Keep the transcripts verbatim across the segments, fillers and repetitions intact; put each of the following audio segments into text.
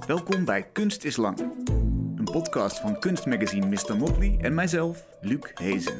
Welkom bij Kunst is Lang. Een podcast van kunstmagazine mister Motley en mijzelf, Luc Hezen.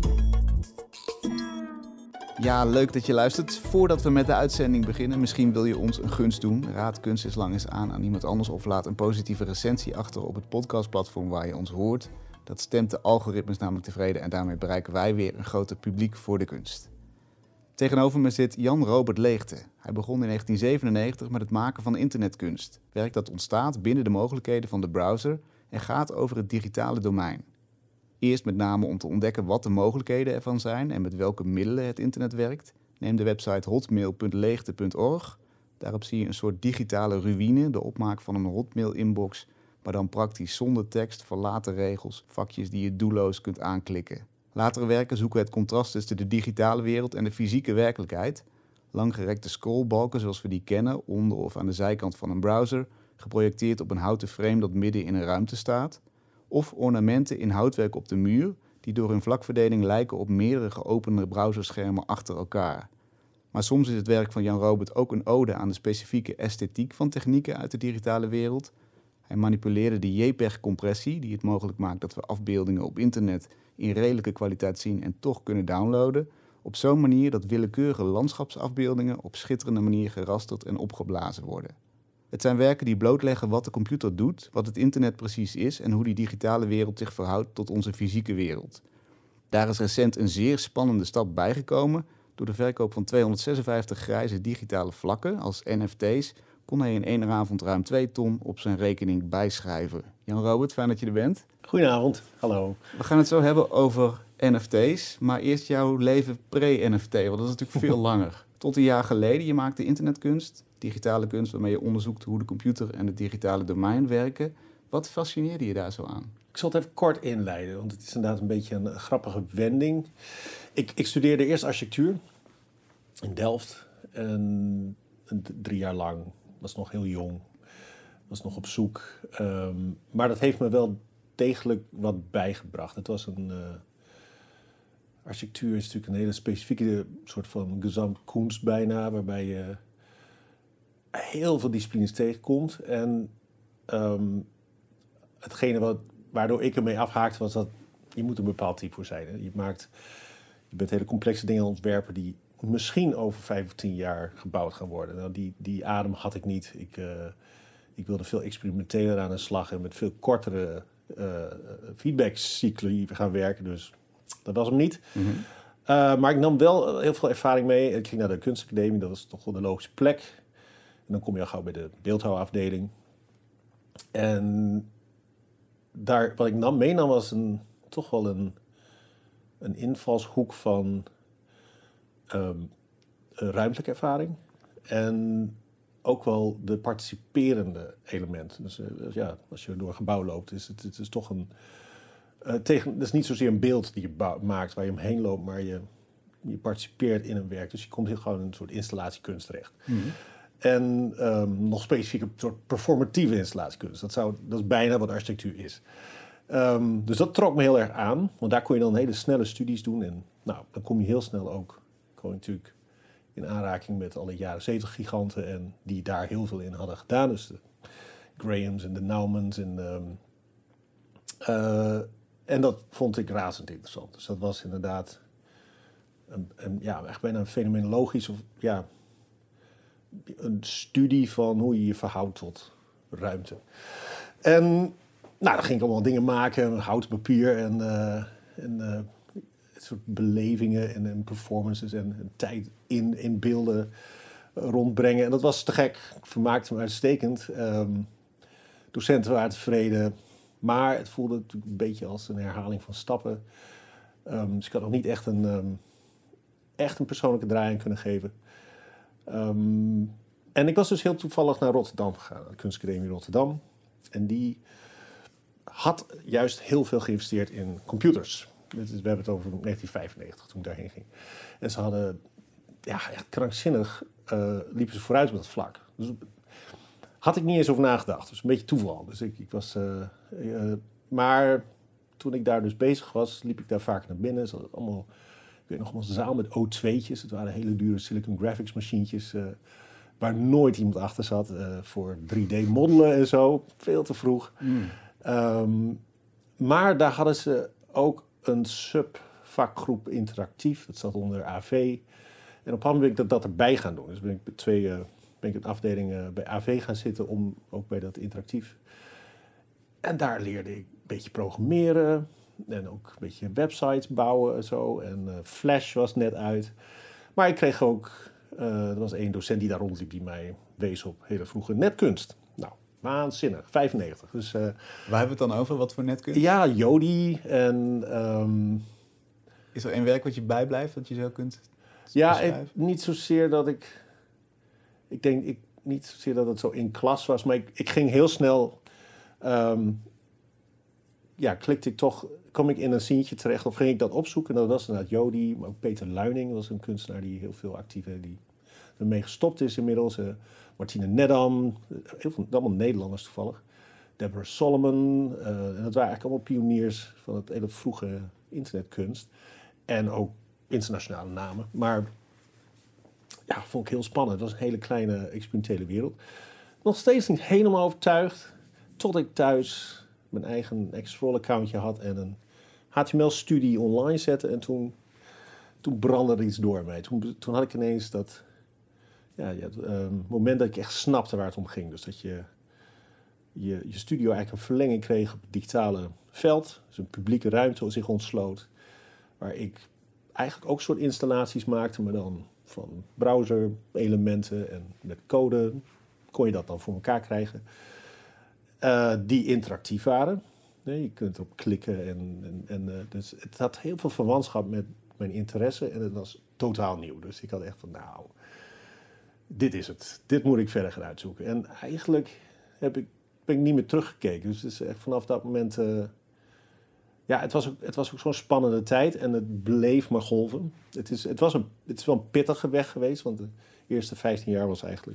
Ja, leuk dat je luistert. Voordat we met de uitzending beginnen, misschien wil je ons een gunst doen. Raad Kunst is Lang eens aan aan iemand anders of laat een positieve recensie achter op het podcastplatform waar je ons hoort. Dat stemt de algoritmes namelijk tevreden en daarmee bereiken wij weer een groter publiek voor de kunst. Tegenover me zit Jan Robert Leegte. Hij begon in negentien zevenennegentig met het maken van internetkunst. Werk dat ontstaat binnen de mogelijkheden van de browser en gaat over het digitale domein. Eerst met name om te ontdekken wat de mogelijkheden ervan zijn en met welke middelen het internet werkt. Neem de website hotmail punt leegte punt org. Daarop zie je een soort digitale ruïne, de opmaak van een hotmail-inbox, maar dan praktisch zonder tekst, verlaten regels, vakjes die je doelloos kunt aanklikken. Latere werken zoeken het contrast tussen de digitale wereld en de fysieke werkelijkheid. Langgerekte scrollbalken zoals we die kennen, onder of aan de zijkant van een browser, geprojecteerd op een houten frame dat midden in een ruimte staat. Of ornamenten in houtwerk op de muur, die door hun vlakverdeling lijken op meerdere geopende browserschermen achter elkaar. Maar soms is het werk van Jan Robert ook een ode aan de specifieke esthetiek van technieken uit de digitale wereld. Hij manipuleerde de JPEG-compressie, die het mogelijk maakt dat we afbeeldingen op internet in redelijke kwaliteit zien en toch kunnen downloaden, op zo'n manier dat willekeurige landschapsafbeeldingen op schitterende manier gerasterd en opgeblazen worden. Het zijn werken die blootleggen wat de computer doet, wat het internet precies is en hoe die digitale wereld zich verhoudt tot onze fysieke wereld. Daar is recent een zeer spannende stap bijgekomen. Door de verkoop van tweehonderdzesenvijftig grijze digitale vlakken als N F T's kon hij in één avond ruim twee ton op zijn rekening bijschrijven. Jan Robert, fijn dat je er bent. Goedenavond, hallo. We gaan het zo hebben over N F T's, maar eerst jouw leven pre-N F T, want dat is natuurlijk veel langer. Tot een jaar geleden, je maakte internetkunst, digitale kunst, waarmee je onderzoekt hoe de computer en het digitale domein werken. Wat fascineerde je daar zo aan? Ik zal het even kort inleiden, want het is inderdaad een beetje een grappige wending. Ik, ik studeerde eerst architectuur in Delft, en, en drie jaar lang. Was nog heel jong, was nog op zoek. Um, maar dat heeft me wel degelijk wat bijgebracht. Het was een... Uh, architectuur is natuurlijk een hele specifieke soort van Gesamtkunst bijna, waarbij je heel veel disciplines tegenkomt. En um, hetgene wat, waardoor ik ermee afhaakte was dat je moet een bepaald type voor zijn. Hè? Je, maakt, je bent hele complexe dingen aan het ontwerpen die misschien over vijf of tien jaar gebouwd gaan worden. Nou, die, die adem had ik niet. Ik, uh, ik wilde veel experimenteler aan de slag en met veel kortere uh, feedbackcycli gaan werken. Dus dat was hem niet. Mm-hmm. Uh, maar ik nam wel heel veel ervaring mee. Ik ging naar de kunstacademie, dat was toch wel de logische plek. En dan kom je al gauw bij de beeldhouwafdeling. En daar, wat ik nam, meenam was een, toch wel een, een invalshoek van um, een ruimtelijke ervaring. En ook wel de participerende element. Dus, uh, dus ja, als je door een gebouw loopt, is het, het is toch een... Uh, tegen, dat is niet zozeer een beeld die je bouw, maakt waar je omheen loopt, maar je, je participeert in een werk. Dus je komt hier gewoon in een soort installatiekunst terecht. Mm-hmm. En um, nog specifiek een soort performatieve installatiekunst. Dat, zou, dat is bijna wat architectuur is. Um, dus dat trok me heel erg aan, want daar kon je dan hele snelle studies doen. En nou, dan kom je heel snel ook, kom je natuurlijk in aanraking met alle jaren zeventig giganten en die daar heel veel in hadden gedaan. Dus de Grahams en de Naumans en... Um, uh, En dat vond ik razend interessant. Dus dat was inderdaad een, een, ja, echt bijna een fenomenologisch of ja, een studie van hoe je je verhoudt tot ruimte. En nou, dan ging ik allemaal dingen maken, hout, papier en, uh, en uh, soort belevingen en, en performances en, en tijd in, in beelden rondbrengen. En dat was te gek. Ik vermaakte me uitstekend. Um, docenten waren tevreden. Maar het voelde natuurlijk een beetje als een herhaling van stappen. Um, dus ik had nog niet echt een, um, echt een persoonlijke draai aan kunnen geven. Um, en ik was dus heel toevallig naar Rotterdam gegaan, de Kunstacademie Rotterdam. En die had juist heel veel geïnvesteerd in computers. We hebben het over negentien vijfennegentig toen ik daarheen ging. En ze hadden, ja, echt krankzinnig uh, liepen ze vooruit met dat vlak. Dus had ik niet eens over nagedacht. Dus een beetje toeval. Dus ik, ik was, uh, uh, maar toen ik daar dus bezig was, liep ik daar vaak naar binnen. Ze hadden allemaal, ik weet nog, een zaal met O twee'tjes. Het waren hele dure Silicon Graphics machientjes. Uh, waar nooit iemand achter zat. Uh, voor drie D modellen en zo. Veel te vroeg. Mm. Um, maar daar hadden ze ook een subvakgroep interactief. Dat zat onder A V. En op een ben ik dat, dat erbij gaan doen. Dus ben ik twee uh, ben ik een afdeling uh, bij A V gaan zitten om ook bij dat interactief. En daar leerde ik een beetje programmeren. En ook een beetje websites bouwen en zo. En uh, Flash was net uit. Maar ik kreeg ook... Uh, er was één docent die daar rondliep die mij wees op hele vroege netkunst. Nou, waanzinnig. vijfennegentig. Dus, uh, Waar hebben we het dan over? Wat voor netkunst? Ja, Jodi en... Um, Is er één werk wat je bijblijft, dat je zo kunt Ja, ik, niet zozeer dat ik... Ik denk ik, niet zozeer dat het zo in klas was. Maar ik, ik ging heel snel... Um, ja, klikte ik toch... Kom ik in een zientje terecht of ging ik dat opzoeken? Dat was inderdaad Jodi, maar ook Peter Luining. Dat was een kunstenaar die heel veel actief is, die ermee gestopt is inmiddels. Uh, Martine Nedam, heel veel, allemaal Nederlanders toevallig. Deborah Solomon. Uh, en dat waren eigenlijk allemaal pioniers van het hele vroege internetkunst. En ook internationale namen. Maar ja, vond ik heel spannend. Het was een hele kleine experimentele wereld. Nog steeds niet helemaal overtuigd. Tot ik thuis mijn eigen X-Roll-accountje had en een H T M L-studie online zette. En toen, toen brandde er iets door mij. Toen, toen had ik ineens dat ja, ja, het uh, moment dat ik echt snapte waar het om ging. Dus dat je je, je studio eigenlijk een verlenging kreeg op het digitale veld. Dus een publieke ruimte zich ontsloot. Waar ik eigenlijk ook soort installaties maakte, maar dan van browser-elementen en met code kon je dat dan voor elkaar krijgen. Uh, die interactief waren. Nee, je kunt erop klikken. En, en, en, uh, dus het had heel veel verwantschap met mijn interesse. En het was totaal nieuw. Dus ik had echt van, nou, dit is het. Dit moet ik verder gaan uitzoeken. En eigenlijk heb ik, ben ik niet meer teruggekeken. Dus het is echt vanaf dat moment... Uh, ja, het was ook, het was ook zo'n spannende tijd. En het bleef maar golven. Het is, het was een, het is wel een pittige weg geweest. Want de eerste vijftien jaar was eigenlijk...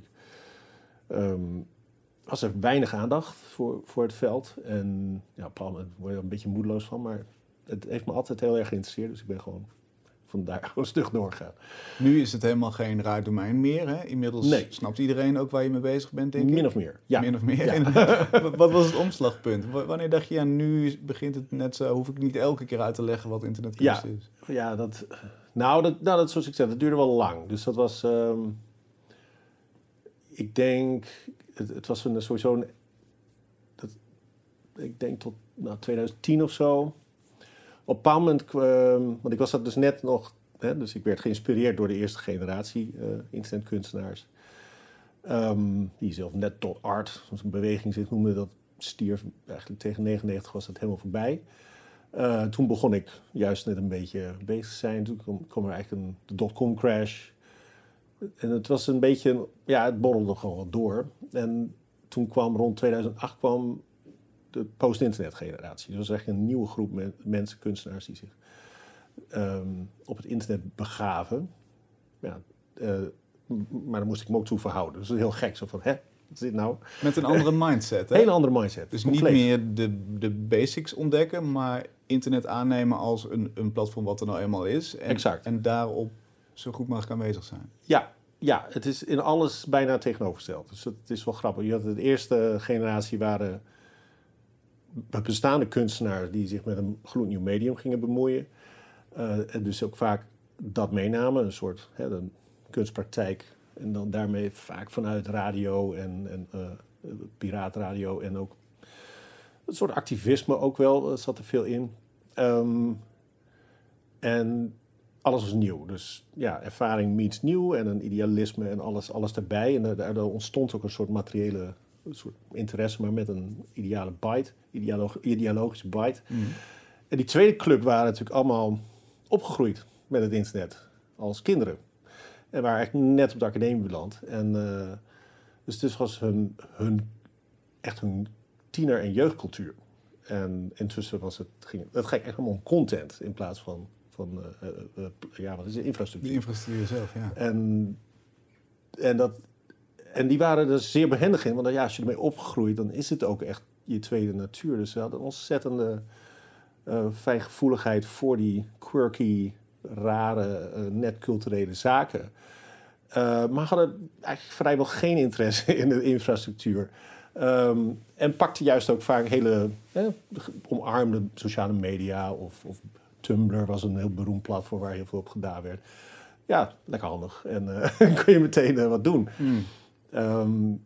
Um, was er weinig aandacht voor, voor het veld. En ja, op een moment word je er een beetje moedeloos van. Maar het heeft me altijd heel erg geïnteresseerd. Dus ik ben gewoon vandaar gewoon stug doorgegaan. Nu is het helemaal geen raar domein meer. Hè? Inmiddels nee. snapt iedereen ook waar je mee bezig bent, denk ik. Min of meer, ja. Min of meer. Ja. Wat was het omslagpunt? Wanneer dacht je, ja, nu begint het net zo... hoef ik niet elke keer uit te leggen wat internetkunst ja. is? Ja, dat... Nou, dat, nou dat, zoals ik zei, dat duurde wel lang. Dus dat was... Um, ik denk... Het, het was een, sowieso een... Dat, ik denk tot nou, twintig tien of zo. Op een bepaald moment... Um, want ik was dat dus net nog... Hè, dus ik werd geïnspireerd door de eerste generatie uh, internetkunstenaars. Um, die zelf net tot art, zoals een beweging zit, noemde dat stierf. Eigenlijk tegen negenennegentig was dat helemaal voorbij. Uh, toen begon ik juist net een beetje bezig te zijn. Toen kwam, kwam er eigenlijk een de dotcom crash. En het was een beetje, ja, het borrelde gewoon wat door. En toen kwam rond tweeduizend acht kwam de post-internet generatie. Dus dat was eigenlijk een nieuwe groep met mensen, kunstenaars die zich um, op het internet begaven. Ja, uh, maar daar moest ik me ook toe verhouden. Dus dat is heel gek. Zo van, hè, wat is dit nou? Met een andere mindset, hè? Hele andere mindset. Dus compleet. Niet meer de, de basics ontdekken, maar internet aannemen als een, een platform wat er nou eenmaal is. En, exact. En daarop zo goed mogelijk aanwezig zijn. Ja, ja, het is in alles bijna tegenovergesteld. Dus het is wel grappig. Je had de eerste generatie waren bestaande kunstenaars die zich met een gloednieuw medium gingen bemoeien. Uh, en dus ook vaak dat meenamen, een soort hè, een kunstpraktijk. En dan daarmee vaak vanuit radio en, en uh, piraatradio en ook een soort activisme ook wel, uh, zat er veel in. Um, en alles was nieuw. Dus ja, ervaring meets nieuw en een idealisme en alles, alles erbij. En daardoor ontstond ook een soort materiële een soort interesse, maar met een ideale bite, ideolo- ideologische bite. Mm. En die tweede club waren natuurlijk allemaal opgegroeid met het internet als kinderen. En waren eigenlijk net op de academie beland. En uh, dus dit was hun, hun, echt hun tiener- en jeugdcultuur. En intussen was het, ging, het ging echt helemaal om content in plaats van, van uh, uh, uh, ja, wat is het, infrastructuur. De infrastructuur zelf, ja. En, en, dat, en die waren er zeer behendig in, want ja, als je ermee opgroeit, dan is het ook echt je tweede natuur. Dus ze hadden een ontzettende uh, fijngevoeligheid voor die quirky, rare, uh, net culturele zaken. Uh, maar hadden eigenlijk vrijwel geen interesse in de infrastructuur. Um, en pakte juist ook vaak hele eh, omarmde sociale media. Of, of Tumblr was een heel beroemd platform waar heel veel op gedaan werd. Ja, lekker handig. En uh, kun je meteen uh, wat doen. Hmm. Um,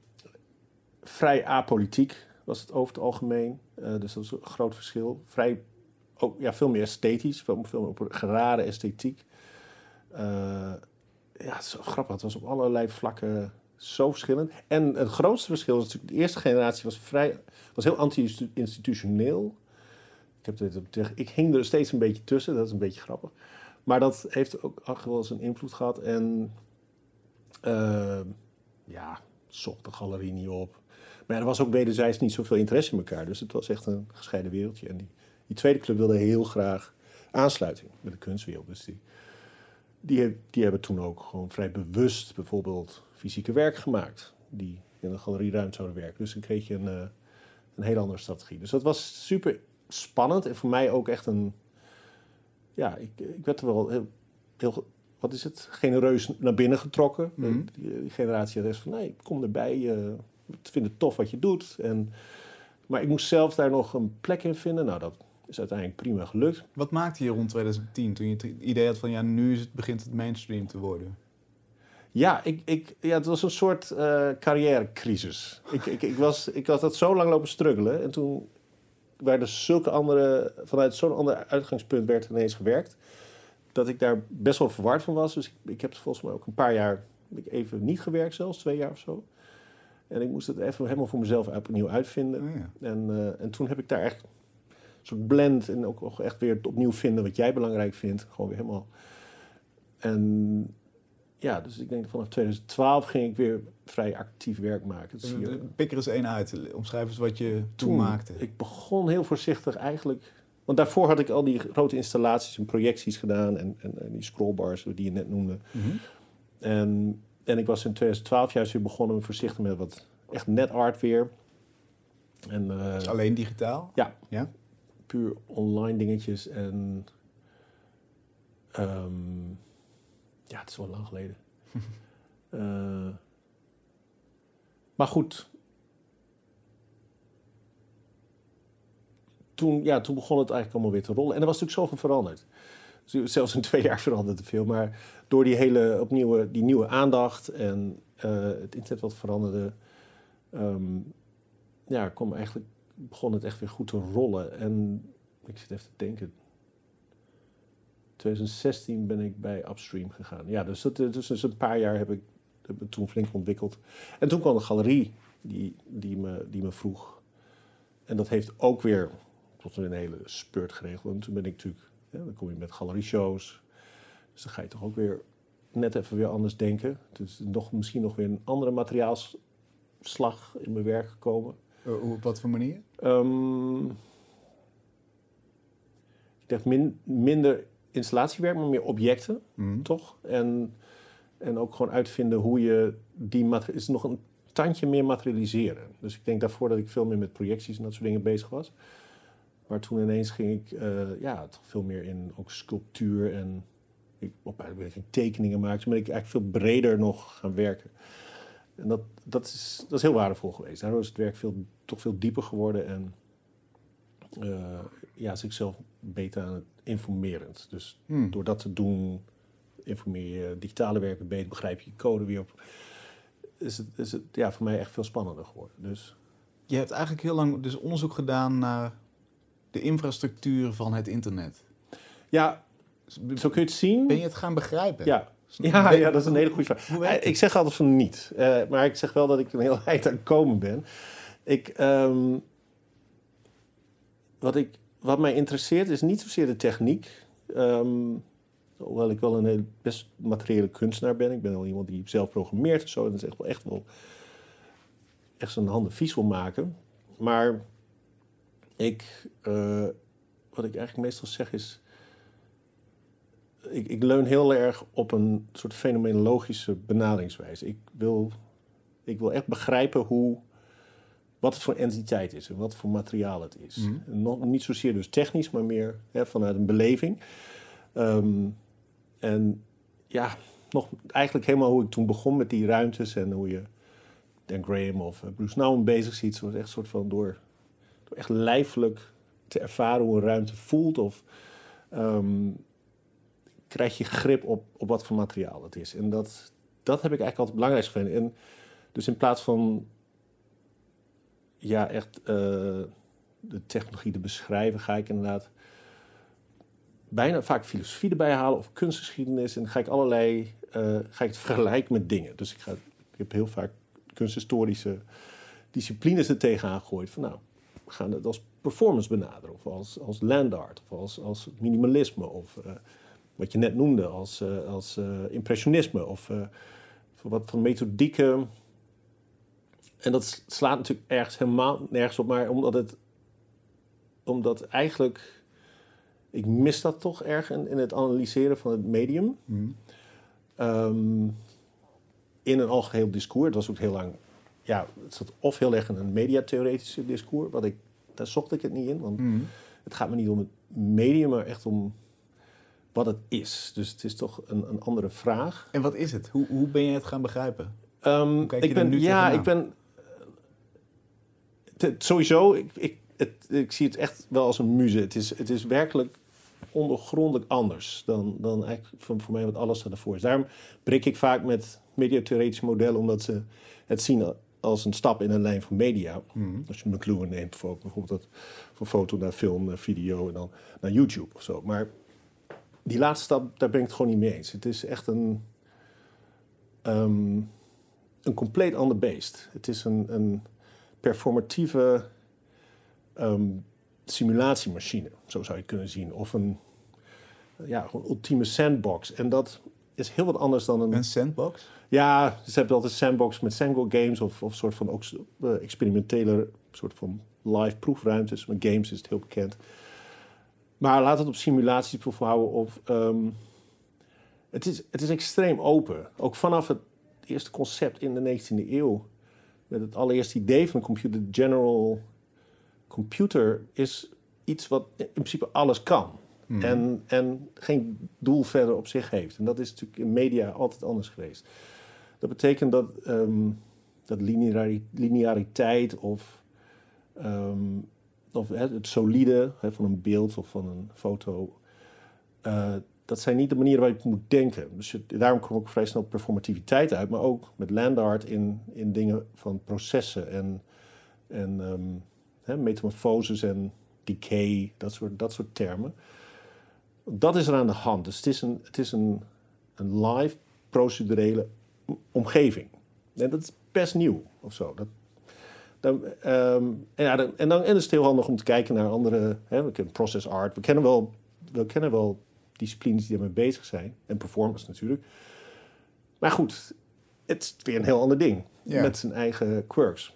vrij apolitiek was het over het algemeen. Uh, dus dat is een groot verschil. Vrij, ook, ja, veel meer esthetisch. Veel, veel meer op gerade esthetiek. Uh, ja, het is zo grappig. Het was op allerlei vlakken zo verschillend. En het grootste verschil was natuurlijk... de eerste generatie was, vrij, was heel anti-institutioneel. Ik, heb dit, ik hing er steeds een beetje tussen. Dat is een beetje grappig. Maar dat heeft ook wel eens een invloed gehad. En uh, ja, zocht de galerie niet op. Maar ja, er was ook wederzijds niet zoveel interesse in elkaar. Dus het was echt een gescheiden wereldje. En die, die tweede club wilde heel graag aansluiting met de kunstwereld. Dus die, die, die hebben toen ook gewoon vrij bewust bijvoorbeeld fysieke werk gemaakt. Die in de galerieruimte zouden werken. Dus dan kreeg je een, uh, een hele andere strategie. Dus dat was super spannend. En voor mij ook echt een... Ja, ik, ik werd er wel heel, heel... Wat is het? Genereus naar binnen getrokken. Mm-hmm. Die, die generatie had van... Nee, kom erbij. Uh, ik vind het tof wat je doet. En, maar ik moest zelf daar nog een plek in vinden. Nou, dat is uiteindelijk prima gelukt. Wat maakte je rond twintig tien? Toen je het idee had van... Ja, nu is het, begint het mainstream te worden. Ja, ik, ik, ja het was een soort uh, carrièrecrisis. ik, ik, ik, was, ik had dat zo lang lopen struggelen. En toen... waar dus zulke andere, vanuit zo'n ander uitgangspunt werd ineens gewerkt, dat ik daar best wel verward van was. Dus ik, ik heb volgens mij ook een paar jaar even niet gewerkt, zelfs twee jaar of zo. En ik moest het even helemaal voor mezelf opnieuw uitvinden. Oh ja. en, uh, en toen heb ik daar echt een soort blend en ook echt weer opnieuw vinden wat jij belangrijk vindt. Gewoon weer helemaal. En ja, dus ik denk vanaf twintig twaalf ging ik weer vrij actief werk maken. Dus hier, Pik er eens één uit. Omschrijf eens wat je toen, toen maakte. Ik begon heel voorzichtig eigenlijk. Want daarvoor had ik al die grote installaties en projecties gedaan. En, en, en die scrollbars die je net noemde. Mm-hmm. En, en ik was in twintig twaalf juist weer begonnen voorzichtig met wat echt net art weer. En, uh, dus alleen digitaal? Ja. ja. Puur online dingetjes. En um, ja, het is wel lang geleden. uh, maar goed. Toen, ja, toen begon het eigenlijk allemaal weer te rollen. En er was natuurlijk zoveel veranderd. Dus zelfs in twee jaar veranderde het veel. Maar door die hele opnieuw, die nieuwe aandacht en uh, het internet wat veranderde, um, ja, kwam eigenlijk, begon het echt weer goed te rollen. En ik zit even te denken. twintig zestien ben ik bij Upstream gegaan. Ja, dus, dat, dus, dus een paar jaar heb ik, heb ik toen flink ontwikkeld. En toen kwam de galerie die, die, me, die me vroeg. En dat heeft ook weer tot een hele spurt geregeld. En toen ben ik natuurlijk, ja, dan kom je met galerieshows. Dus dan ga je toch ook weer net even weer anders denken. Dus nog, misschien nog weer een andere materiaalsslag in mijn werk gekomen. Uh, op wat voor manier? Um, ik dacht min, minder installatiewerk, maar meer objecten, mm. toch? En, en ook gewoon uitvinden hoe je die materiaal... is nog een tandje meer materialiseren. Dus ik denk daarvoor dat ik veel meer met projecties en dat soort dingen bezig was. Maar toen ineens ging ik uh, ja, toch veel meer in ook sculptuur en ik, op uitwerking tekeningen maken. Toen ben ik eigenlijk veel breder nog gaan werken. En dat, dat, is, dat is heel waardevol geweest. Daardoor is het werk veel, toch veel dieper geworden en uh, ja, zichzelf beter aan het informerend. Dus hmm. door dat te doen, informeer je digitale werken beter, begrijp je code weer op. Is het, is het ja, voor mij echt veel spannender geworden. Dus. Je hebt eigenlijk heel lang dus onderzoek gedaan naar de infrastructuur van het internet. Ja, zo kun je het zien. Ben je het gaan begrijpen? Ja, ja, ja dat is een hele goede vraag. Ik zeg altijd van niet. Uh, maar ik zeg wel dat ik een heel eind aan het komen ben. Ik, um, wat, ik, wat mij interesseert is niet zozeer de techniek. Um, Hoewel ik wel een heel best materiële kunstenaar ben. Ik ben wel iemand die zelf programmeert en zo. En dat is echt wel echt wel echt zijn handen vies wil maken. Maar ik, uh, wat ik eigenlijk meestal zeg is, ik, ik leun heel erg op een soort fenomenologische benaderingswijze. Ik wil, ik wil echt begrijpen hoe, wat het voor entiteit is en wat voor materiaal het is. Mm. En nog, niet zozeer dus technisch, maar meer hè, vanuit een beleving. Um, en ja, nog eigenlijk helemaal hoe ik toen begon met die ruimtes en hoe je Dan Graham of uh, Bruce Nauman bezig ziet. Zo echt soort van door, door echt lijfelijk te ervaren hoe een ruimte voelt of um, krijg je grip op, op wat voor materiaal het is. En dat, dat heb ik eigenlijk altijd het belangrijkste gevonden. En dus in plaats van ja, echt uh, de technologie te beschrijven, ga ik inderdaad bijna vaak filosofie erbij halen of kunstgeschiedenis. En ga ik allerlei, uh, ga ik het vergelijken met dingen. Dus ik, ga, ik heb heel vaak kunsthistorische disciplines er tegenaan gegooid. Van nou, we gaan het als performance benaderen. Of als, als land art. Of als, als minimalisme. Of uh, wat je net noemde als, uh, als uh, impressionisme. Of uh, wat van methodieken. En dat slaat natuurlijk ergens helemaal nergens op. Maar omdat het... Omdat eigenlijk... Ik mis dat toch erg in, in het analyseren van het medium. Mm. Um, in een algeheel discours. Het was ook heel lang... Ja, het zat of heel erg in een mediatheoretische discours. Wat ik, daar zocht ik het niet in. Want mm. het gaat me niet om het medium, maar echt om wat het is. Dus het is toch een, een andere vraag. En wat is het? Hoe, hoe ben je het gaan begrijpen? Um, hoe kijk je ik ben, nu ja, ik ben... Te, sowieso, ik, ik, het, ik zie het echt wel als een muze. Het is, het is werkelijk ondergrondelijk anders dan, dan eigenlijk voor, voor mij wat alles ervoor is. Daarom breek ik vaak met mediatheoretische modellen, omdat ze het zien als een stap in een lijn van media. Mm-hmm. Als je McLuhan neemt, bijvoorbeeld dat van foto naar film, naar video en dan naar YouTube of zo. Maar die laatste stap, daar ben ik het gewoon niet mee eens. Het is echt een, um, een compleet ander beest. Het is een, een performatieve um, simulatiemachine, zo zou je het kunnen zien. Of een ja, gewoon ultieme sandbox. En dat is heel wat anders dan een... Een sandbox? Ja, ze hebben altijd sandbox met Sango games of, of soort van ook uh, experimentele soort van live proefruimtes. Met games is het heel bekend. Maar laat het op simulaties houden. Of, um, het, is, het is extreem open. Ook vanaf het eerste concept in de negentiende eeuw. Met het allereerste idee van een computer, de General Computer, is iets wat in principe alles kan. Hmm. En, en geen doel verder op zich heeft. En dat is natuurlijk in media altijd anders geweest. Dat betekent dat, um, dat lineari- lineariteit of, um, of hè, het solide hè, van een beeld of van een foto, uh, dat zijn niet de manieren waar je moet denken. Dus je, daarom kom ik vrij snel performativiteit uit, maar ook met land art in, in dingen van processen en, en um, hè, metamorfoses en decay, dat soort, dat soort termen. Dat is er aan de hand. Dus het is een, het is een, een live procedurele omgeving. En dat is best nieuw of zo. Dat, dan, um, en, ja, dan, en dan en is het heel handig om te kijken naar andere... Hè, we kennen process art. We kennen wel, we kennen wel disciplines die ermee bezig zijn. En performance natuurlijk. Maar goed, het is weer een heel ander ding. Ja. Met zijn eigen quirks.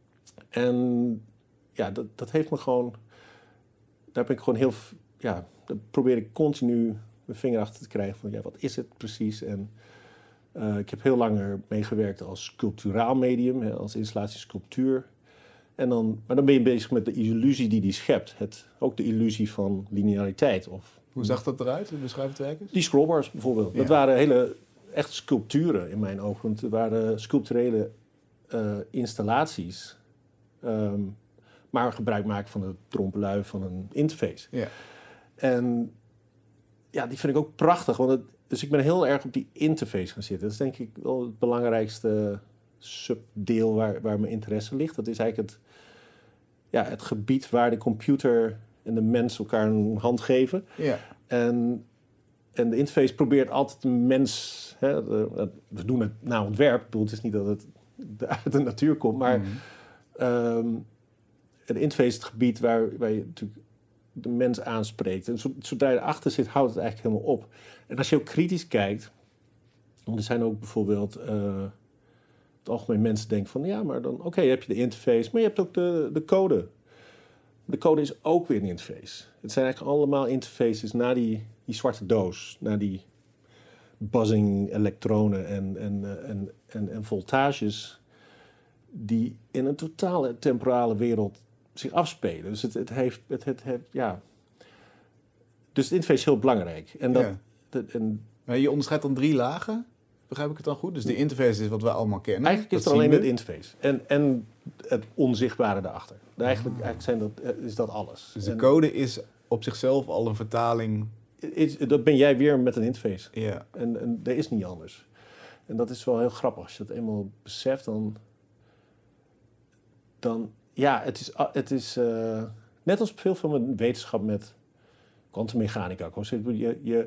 En ja, dat, dat heeft me gewoon... Daar ben ik gewoon heel... Ja, daar probeer ik continu mijn vinger achter te krijgen van... Ja, wat is het precies? En uh, ik heb heel lang meegewerkt als sculpturaal medium. Hè, als installatie sculptuur. En dan, maar dan ben je bezig met de illusie die die schept. Het, ook de illusie van lineariteit. Of, Hoe zag dat eruit? Beschrijf het werk eens. Die scrollbars bijvoorbeeld. Ja. Dat waren hele echt sculpturen in mijn ogen. Want het waren sculpturele uh, installaties. Um, maar gebruik maken van de trompelui van een interface. Ja. En ja, die vind ik ook prachtig. Want het, dus ik ben heel erg op die interface gaan zitten. Dat is denk ik wel het belangrijkste subdeel waar, waar mijn interesse ligt. Dat is eigenlijk het, ja, het gebied waar de computer en de mens elkaar een hand geven. Ja. En, en de interface probeert altijd de mens... Hè, de, we doen het na ontwerp. Ik bedoel, het is niet dat het uit de natuur komt. Maar mm. um, de interface is het gebied waar, waar je natuurlijk de mens aanspreekt. En zodra je erachter zit, houdt het eigenlijk helemaal op. En als je ook kritisch kijkt... Want er zijn ook bijvoorbeeld... Uh, het algemeen mensen denken van... Ja, maar dan... Oké, okay, heb je de interface, maar je hebt ook de, de code. De code is ook weer een interface. Het zijn eigenlijk allemaal interfaces naar die, die zwarte doos. Naar die buzzing elektronen en, en, en, en, en voltages... die in een totale temporale wereld zich afspelen. Dus het, het heeft... Het, het, het, ja. Dus het interface is heel belangrijk. En dat, ja. dat, en, maar je onderscheidt dan drie lagen? Begrijp ik het dan goed? Dus de interface is wat we allemaal kennen. Eigenlijk is dat het alleen zien het we. interface. En, en het onzichtbare daarachter. Eigenlijk, eigenlijk zijn dat, is dat alles. Dus de En code is op zichzelf al een vertaling. is, dat ben jij weer met een interface. Ja. En, en dat is niet anders. En dat is wel heel grappig. Als je dat eenmaal beseft, dan... dan ja, het is... Het is uh, net als veel van wetenschap met kwantummechanica. Je, je,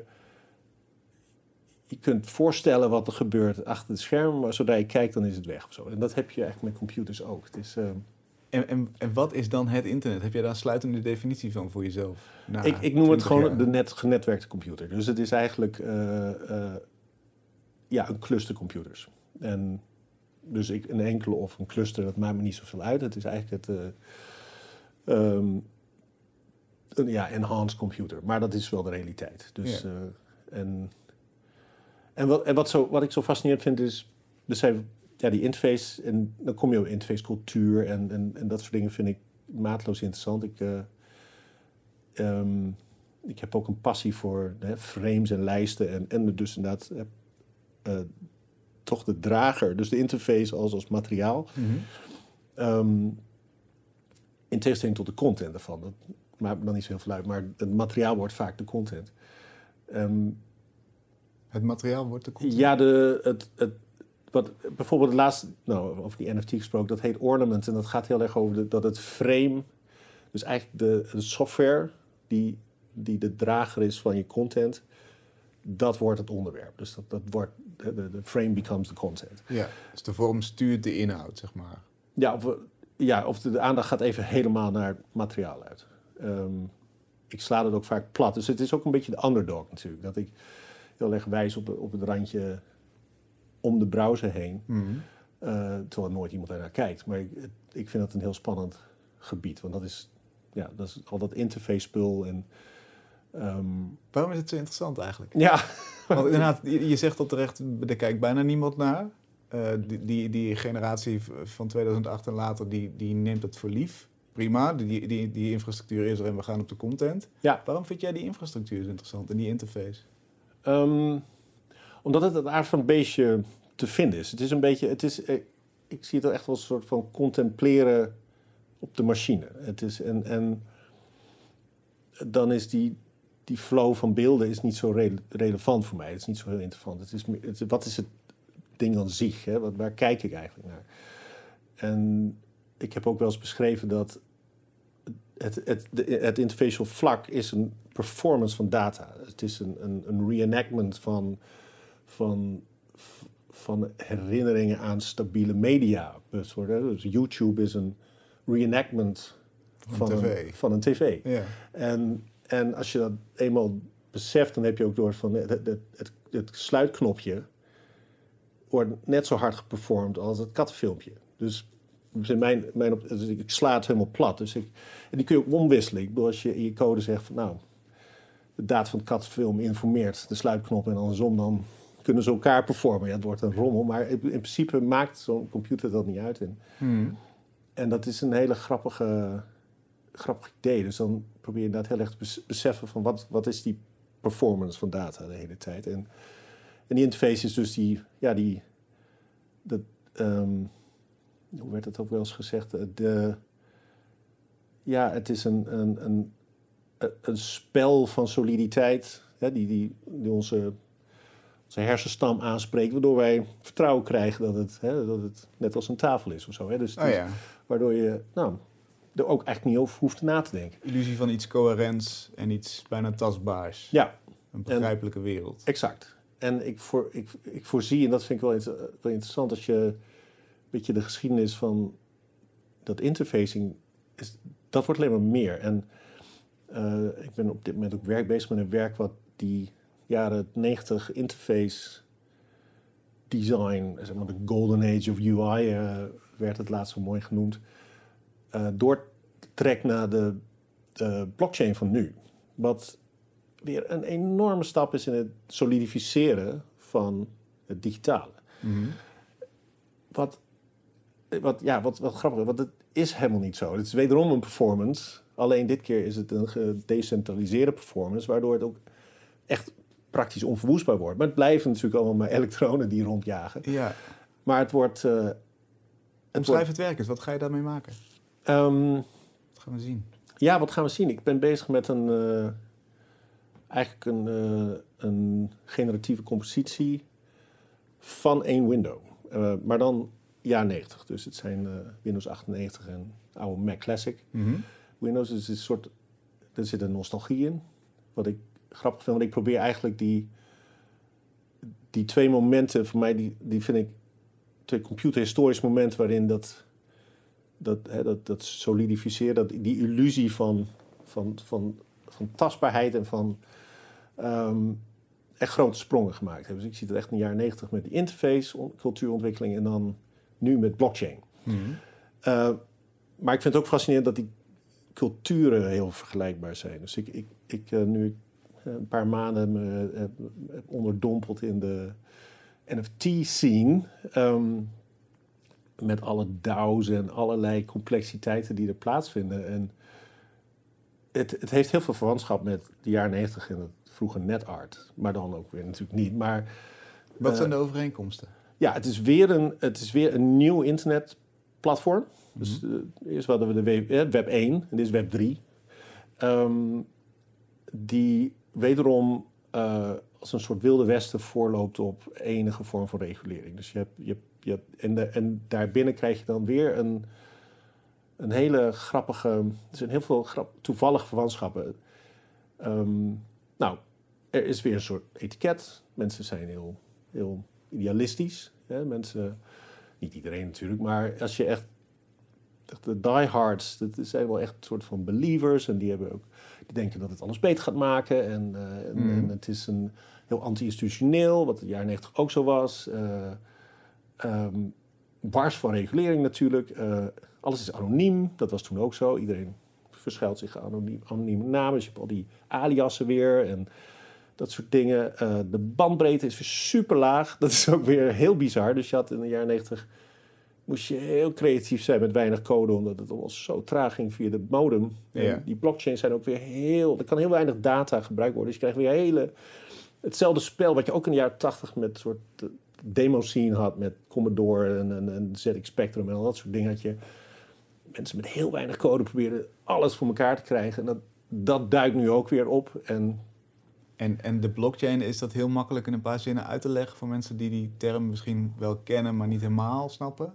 je kunt voorstellen wat er gebeurt achter het scherm, maar zodra je kijkt, dan is het weg of zo. En dat heb je eigenlijk met computers ook. Het is, uh, en, en, en wat is dan het internet? Heb jij daar een sluitende definitie van voor jezelf? Nou, ik, ik noem het gewoon jaar. de net genetwerkte computer. Dus het is eigenlijk uh, uh, ja, een cluster computers. En dus ik, een enkele of een cluster, dat maakt me niet zoveel uit. Het is eigenlijk het... Uh, um, een ja, enhanced computer. Maar dat is wel de realiteit. Dus, ja. uh, en en, wat, en wat, zo, wat ik zo fascinerend vind is... Dus zijn, ja, die interface... En dan kom je op interface cultuur en, en, en dat soort dingen vind ik maatloos interessant. Ik, uh, um, ik heb ook een passie voor hè, frames en lijsten. En, en dus inderdaad... Uh, toch de drager, dus de interface als, als materiaal. Mm-hmm. Um, in tegenstelling tot de content ervan. Dat maakt me dan niet zo heel veel uit, maar het materiaal wordt vaak de content. Um, het materiaal wordt de content? Ja, de, het, het, wat, bijvoorbeeld het laatste, nou, over die N F T gesproken, dat heet Ornament. En dat gaat heel erg over de, dat het frame, dus eigenlijk de, de software die, die de drager is van je content, dat wordt het onderwerp. Dus dat, dat wordt, de, de frame becomes the content. Ja, dus de vorm stuurt de inhoud, zeg maar. Ja, of, ja, of de, de aandacht gaat even helemaal naar het materiaal uit. Um, ik sla het ook vaak plat. Dus het is ook een beetje de underdog natuurlijk. Dat ik heel erg wijs op, op het randje om de browser heen. Mm-hmm. Uh, terwijl nooit iemand daarnaar kijkt. Maar ik, ik vind dat een heel spannend gebied. Want dat is, ja, dat is al dat interface spul en... Um, Waarom is het zo interessant eigenlijk? Ja. Want inderdaad, je, je zegt al terecht, er kijkt bijna niemand naar. Uh, die, die, die generatie van tweeduizend acht en later, die, die neemt het voor lief. Prima, die, die, die infrastructuur is er en we gaan op de content. Ja. Waarom vind jij die infrastructuur zo interessant en die interface? Um, omdat het het aard van het beestje te vinden is. Het is een beetje, het is, ik zie het echt als een soort van contempleren op de machine. Het is, en, en dan is die... Die flow van beelden is niet zo re- relevant voor mij. Het is niet zo heel interessant. Het is, het, wat is het ding aan zich? Hè? Wat, waar kijk ik eigenlijk naar? En ik heb ook wel eens beschreven dat het, het, de, het interfacial vlak is een performance van data. Het is een, een, een reenactment van, van, van herinneringen aan stabiele media. Dus YouTube is een reenactment van, van, een, van een tv. Ja. En... En als je dat eenmaal beseft, dan heb je ook door van het, het, het, het sluitknopje wordt net zo hard geperformed als het kattenfilmpje. Dus, mijn, mijn, dus ik sla het helemaal plat. Dus ik, en die kun je ook omwisselen. Ik bedoel, als je in je code zegt van nou, de data van het kattenfilm informeert de sluitknop en andersom, dan kunnen ze elkaar performen. Ja, het wordt een rommel, maar in, in principe maakt zo'n computer dat niet uit. En, hmm. en dat is een hele grappige... grappig idee. Dus dan probeer je inderdaad heel erg te beseffen van wat, wat is die performance van data de hele tijd. En, en die interface is dus die, ja, die, dat, um, hoe werd het ook wel eens gezegd? De, ja, het is een, een, een, een spel van soliditeit, hè, die, die, die onze, onze hersenstam aanspreekt, waardoor wij vertrouwen krijgen dat het, hè, dat het net als een tafel is of zo. Hè. Dus het oh, is, ja. waardoor je, nou, er ook eigenlijk niet over hoeft na te denken. Illusie van iets coherents en iets bijna tastbaars. Ja. Een begrijpelijke en, wereld. Exact. En ik, voor, ik, ik voorzie, en dat vind ik wel, inter, wel interessant, als je een beetje de geschiedenis van dat interfacing, is, dat wordt alleen maar meer. En uh, ik ben op dit moment ook werk bezig met een werk wat die jaren negentig interface design, zeg maar de golden age of U I, uh, werd het laatst zo mooi genoemd, Uh, doortrekt naar de, de blockchain van nu. Wat weer een enorme stap is in het solidificeren van het digitale. Mm-hmm. Wat, wat, ja, wat, wat grappig is, want het is helemaal niet zo. Het is wederom een performance. Alleen dit keer is het een gedecentraliseerde performance, waardoor het ook echt praktisch onverwoestbaar wordt. Maar het blijven natuurlijk allemaal maar elektronen die rondjagen. Ja. Maar het wordt... Uh, het Omschrijf wordt, het werk eens. Wat ga je daarmee maken? Um, wat gaan we zien? Ja, wat gaan we zien? Ik ben bezig met een... Uh, eigenlijk een, uh, een generatieve compositie van één window. Uh, maar dan jaren negentig. Dus het zijn uh, Windows achtennegentig en oude Mac Classic. Mm-hmm. Windows is een soort... Er zit een nostalgie in. Wat ik grappig vind. Want ik probeer eigenlijk die... Die twee momenten voor mij, die, die vind ik... Twee computerhistorische momenten waarin dat... Dat, hè, dat, dat solidificeren, dat, die illusie van, van, van, van tastbaarheid en van um, echt grote sprongen gemaakt hebben. Dus ik zie het echt in de jaren negentig met die interface, on, cultuurontwikkeling en dan nu met blockchain. Mm-hmm. Uh, maar ik vind het ook fascinerend dat die culturen heel vergelijkbaar zijn. Dus ik, ik, ik uh, nu ik een paar maanden me heb, heb onderdompeld in de N F T-scene... Um, met alle D A O's en allerlei complexiteiten die er plaatsvinden. En het, het heeft heel veel verwantschap met de jaren negentig en het vroege netart. Maar dan ook weer natuurlijk niet. Maar, Wat uh, zijn de overeenkomsten? Ja, het is weer een, het is weer een nieuw internetplatform. Mm-hmm. Dus uh, eerst hadden we de web, eh, web één en dit is web drie. Um, die wederom uh, als een soort wilde westen voorloopt op enige vorm van regulering. Dus je hebt... Je hebt Ja, en, de, en daarbinnen krijg je dan weer een, een hele grappige... Er zijn heel veel grap, toevallige verwantschappen. Um, nou, er is weer een soort etiket. Mensen zijn heel, heel idealistisch. Hè? Mensen, niet iedereen natuurlijk, maar als je echt... echt de diehards, dat zijn wel echt een soort van believers. En die, hebben ook, die denken dat het alles beter gaat maken. En, uh, en, mm. en het is een heel anti-institutioneel, wat in de jaren negentig ook zo was... Uh, Um, bars van regulering natuurlijk. Uh, alles is anoniem. Dat was toen ook zo. Iedereen verschuilt zich anoniem, anonieme namen. Dus je hebt al die aliasen weer en dat soort dingen. Uh, de bandbreedte is weer super laag. Dat is ook weer heel bizar. Dus je had in de jaren negentig... moest je heel creatief zijn met weinig code... omdat het allemaal zo traag ging via de modem. Ja. En die blockchains zijn ook weer heel... Er kan heel weinig data gebruikt worden. Dus je krijgt weer hele... Hetzelfde spel wat je ook in de jaren tachtig met soort... Uh, demo-scene had met Commodore en, en, en Z X Spectrum en al dat soort dingen. Had je mensen met heel weinig code probeerden alles voor elkaar te krijgen. En dat, dat duikt nu ook weer op. En, en, en de blockchain, is dat heel makkelijk in een paar zinnen uit te leggen voor mensen die die term misschien wel kennen, maar niet helemaal snappen?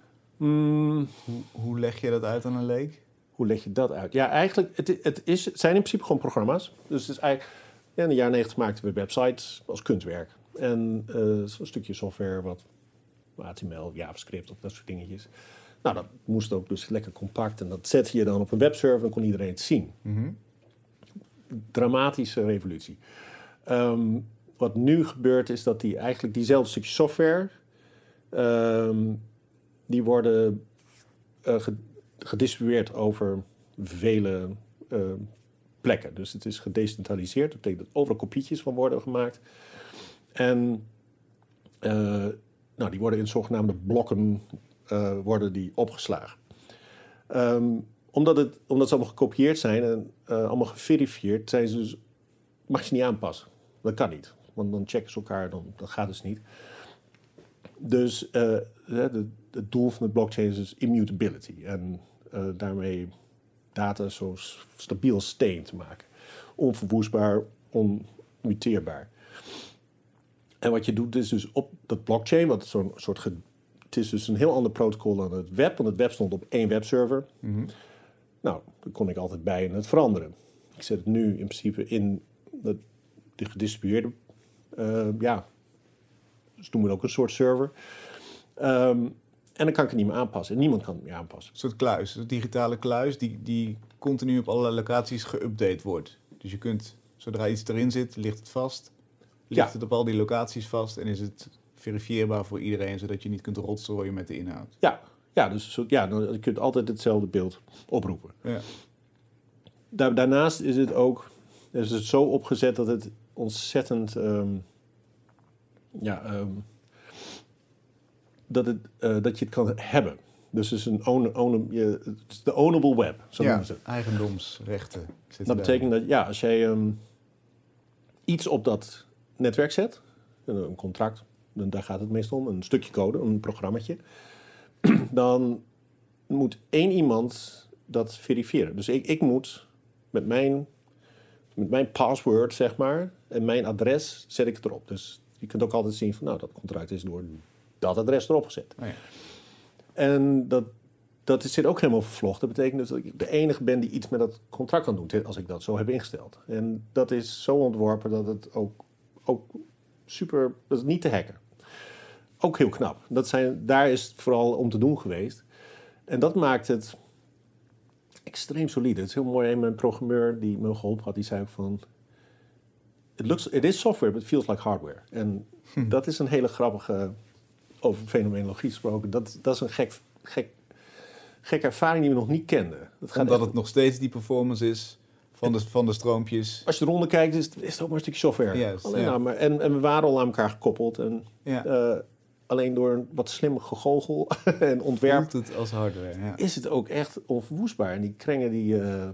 Mm, hoe, hoe leg je dat uit aan een leek? Hoe leg je dat uit? Ja, eigenlijk, het, het, is, het zijn in principe gewoon programma's. Dus het is eigenlijk, ja, in de jaren negentig maakten we websites als kunstwerk. En uh, een stukje software, wat H T M L, JavaScript of dat soort dingetjes. Nou, dat moest ook dus lekker compact. En dat zette je dan op een webserver en kon iedereen het zien. Mm-hmm. Dramatische revolutie. Um, wat nu gebeurt is dat die eigenlijk diezelfde stukjes software... Um, die worden uh, gedistribueerd over vele uh, plekken. Dus het is gedecentraliseerd. Dat betekent dat overal kopietjes van worden gemaakt... En uh, nou, die worden in zogenaamde blokken uh, worden die opgeslagen. Um, omdat, het, omdat ze allemaal gekopieerd zijn en uh, allemaal geverifieerd, zijn ze dus, mag je niet aanpassen. Dat kan niet, want dan checken ze elkaar, dan, dat gaat dus niet. Dus uh, de, het doel van de blockchain is dus immutability. En uh, daarmee data zo stabiel als steen te maken. Onverwoestbaar, onmuteerbaar. En wat je doet is dus op dat blockchain, wat zo'n soort ge, het is dus een heel ander protocol dan het web, want het web stond op één webserver. Mm-hmm. Nou, daar kon ik altijd bij en het veranderen. Ik zet het nu in principe in de, de gedistribueerde, uh, ja, dus noemen we het ook een soort server. Um, en dan kan ik het niet meer aanpassen. En niemand kan het meer aanpassen. Een soort kluis, een digitale kluis die, die continu op allerlei locaties geüpdate wordt. Dus je kunt, zodra iets erin zit, ligt het vast. Ligt ja. het op al die locaties vast en is het verifieerbaar voor iedereen, zodat je niet kunt rotzooien met de inhoud. Ja, ja, dus ja, dan, je kunt altijd hetzelfde beeld oproepen. Ja. Da- daarnaast is het ook is het zo opgezet dat het ontzettend... Um, ja, um, dat, het, uh, dat je het kan hebben. Dus het is een own, own, je, het is de ownable web, zo ja, noemen ze het. Eigendomsrechten. Dat betekent dat, ja, als jij um, iets op dat netwerk zet, een, een contract, dan, daar gaat het meestal om, een stukje code, een programmaatje, dan moet één iemand dat verifiëren. Dus ik, ik moet met mijn, met mijn password, zeg maar, en mijn adres zet ik het erop. Dus je kunt ook altijd zien van, nou, dat contract is door dat adres erop gezet. Oh ja. En dat, dat zit ook helemaal vervlochten. Dat betekent dus dat ik de enige ben die iets met dat contract kan doen, als ik dat zo heb ingesteld. En dat is zo ontworpen dat het ook, ook super, dat is niet te hacken. Ook heel knap. Dat zijn, daar is het vooral om te doen geweest. En dat maakt het extreem solide. Het is heel mooi. Een programmeur die me geholpen had, die zei ook van, it looks, it is software, but it feels like hardware. En hm. dat is een hele grappige, over fenomenologie gesproken, dat, dat is een gek, gek, gekke ervaring die we nog niet kenden. Dat gaat Omdat echt, het nog steeds die performance is van de, van de stroompjes. Als je eronder kijkt, is het, is het ook maar een stukje software. Yes, alleen ja. nou, maar, en, en we waren al aan elkaar gekoppeld. En, ja. uh, alleen door een wat slim gegoochel en ontwerp voelt het als hardware, ja. is het ook echt onverwoestbaar. En die krengen die, uh,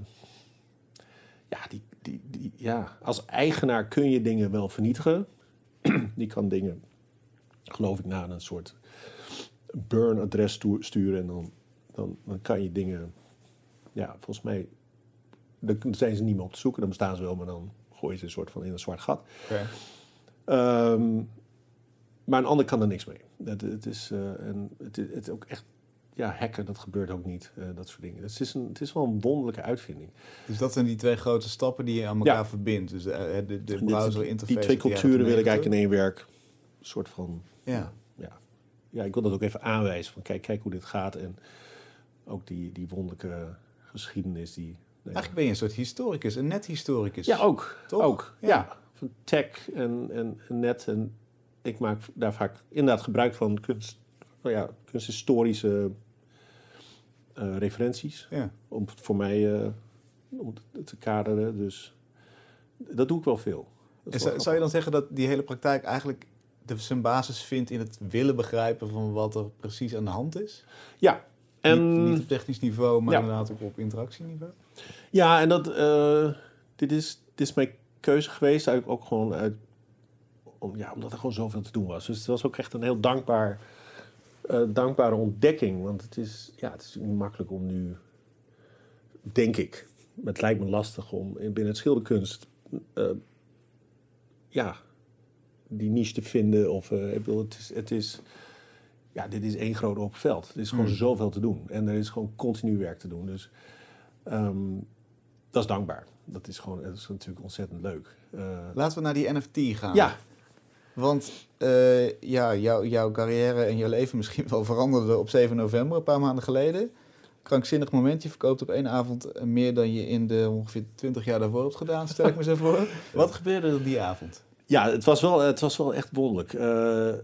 ja, die, die, die, ja, als eigenaar kun je dingen wel vernietigen. Die kan dingen, geloof ik, naar een soort burn-adres sturen. En dan, dan, dan kan je dingen, ja, volgens mij, dan zijn ze niet meer op te zoeken. Dan bestaan ze wel, maar dan gooi je ze een soort van in een zwart gat. Okay. Um, maar een ander kan er niks mee. Het, het is uh, en het, het ook echt, ja, hacken, dat gebeurt ook niet. Uh, dat soort dingen. Het is, een, het is wel een wonderlijke uitvinding. Dus dat zijn die twee grote stappen die je aan elkaar ja. verbindt. Dus de, de, de browser interface. Die twee culturen wil ik eigenlijk in één werk. Een soort van, ja. ja. Ja, ik wil dat ook even aanwijzen. Van kijk, kijk hoe dit gaat. En ook die, die wonderlijke geschiedenis. Die, nee, eigenlijk ben je een soort historicus, een nethistoricus. Ja, ook. Toch? Ook, ja. ja. Van tech en, en, en net. En ik maak daar vaak inderdaad gebruik van kunst, nou ja, kunsthistorische uh, referenties. Ja. Om voor mij uh, om te kaderen. Dus dat doe ik wel veel. En zou, zou je dan zeggen dat die hele praktijk eigenlijk de, zijn basis vindt in het willen begrijpen van wat er precies aan de hand is? Ja. En, niet, niet op technisch niveau, maar ja. inderdaad ook op interactieniveau? Ja, en dat, uh, dit, is, dit is mijn keuze geweest. Eigenlijk ook gewoon uit, om, ja, omdat er gewoon zoveel te doen was. Dus het was ook echt een heel dankbaar, uh, dankbare ontdekking. Want het is, ja, het is niet makkelijk om nu, denk ik, het lijkt me lastig om binnen het schilderkunst, uh, ja, die niche te vinden. Of, uh, ik bedoel, het is, het is, ja, dit is één groot open veld. Er is gewoon mm. zoveel te doen. En er is gewoon continu werk te doen. Dus um, dat is dankbaar. Dat is gewoon, dat is natuurlijk ontzettend leuk. Uh, Laten we naar die N F T gaan. Ja. Want uh, ja, jou, jouw carrière en jouw leven misschien wel veranderde op zeven november, een paar maanden geleden. Krankzinnig moment. Je verkoopt op één avond meer dan je in de ongeveer twintig jaar daarvoor hebt gedaan, stel ik me zo voor. Wat gebeurde er die avond? Ja, het was wel, het was wel echt wonderlijk. Uh,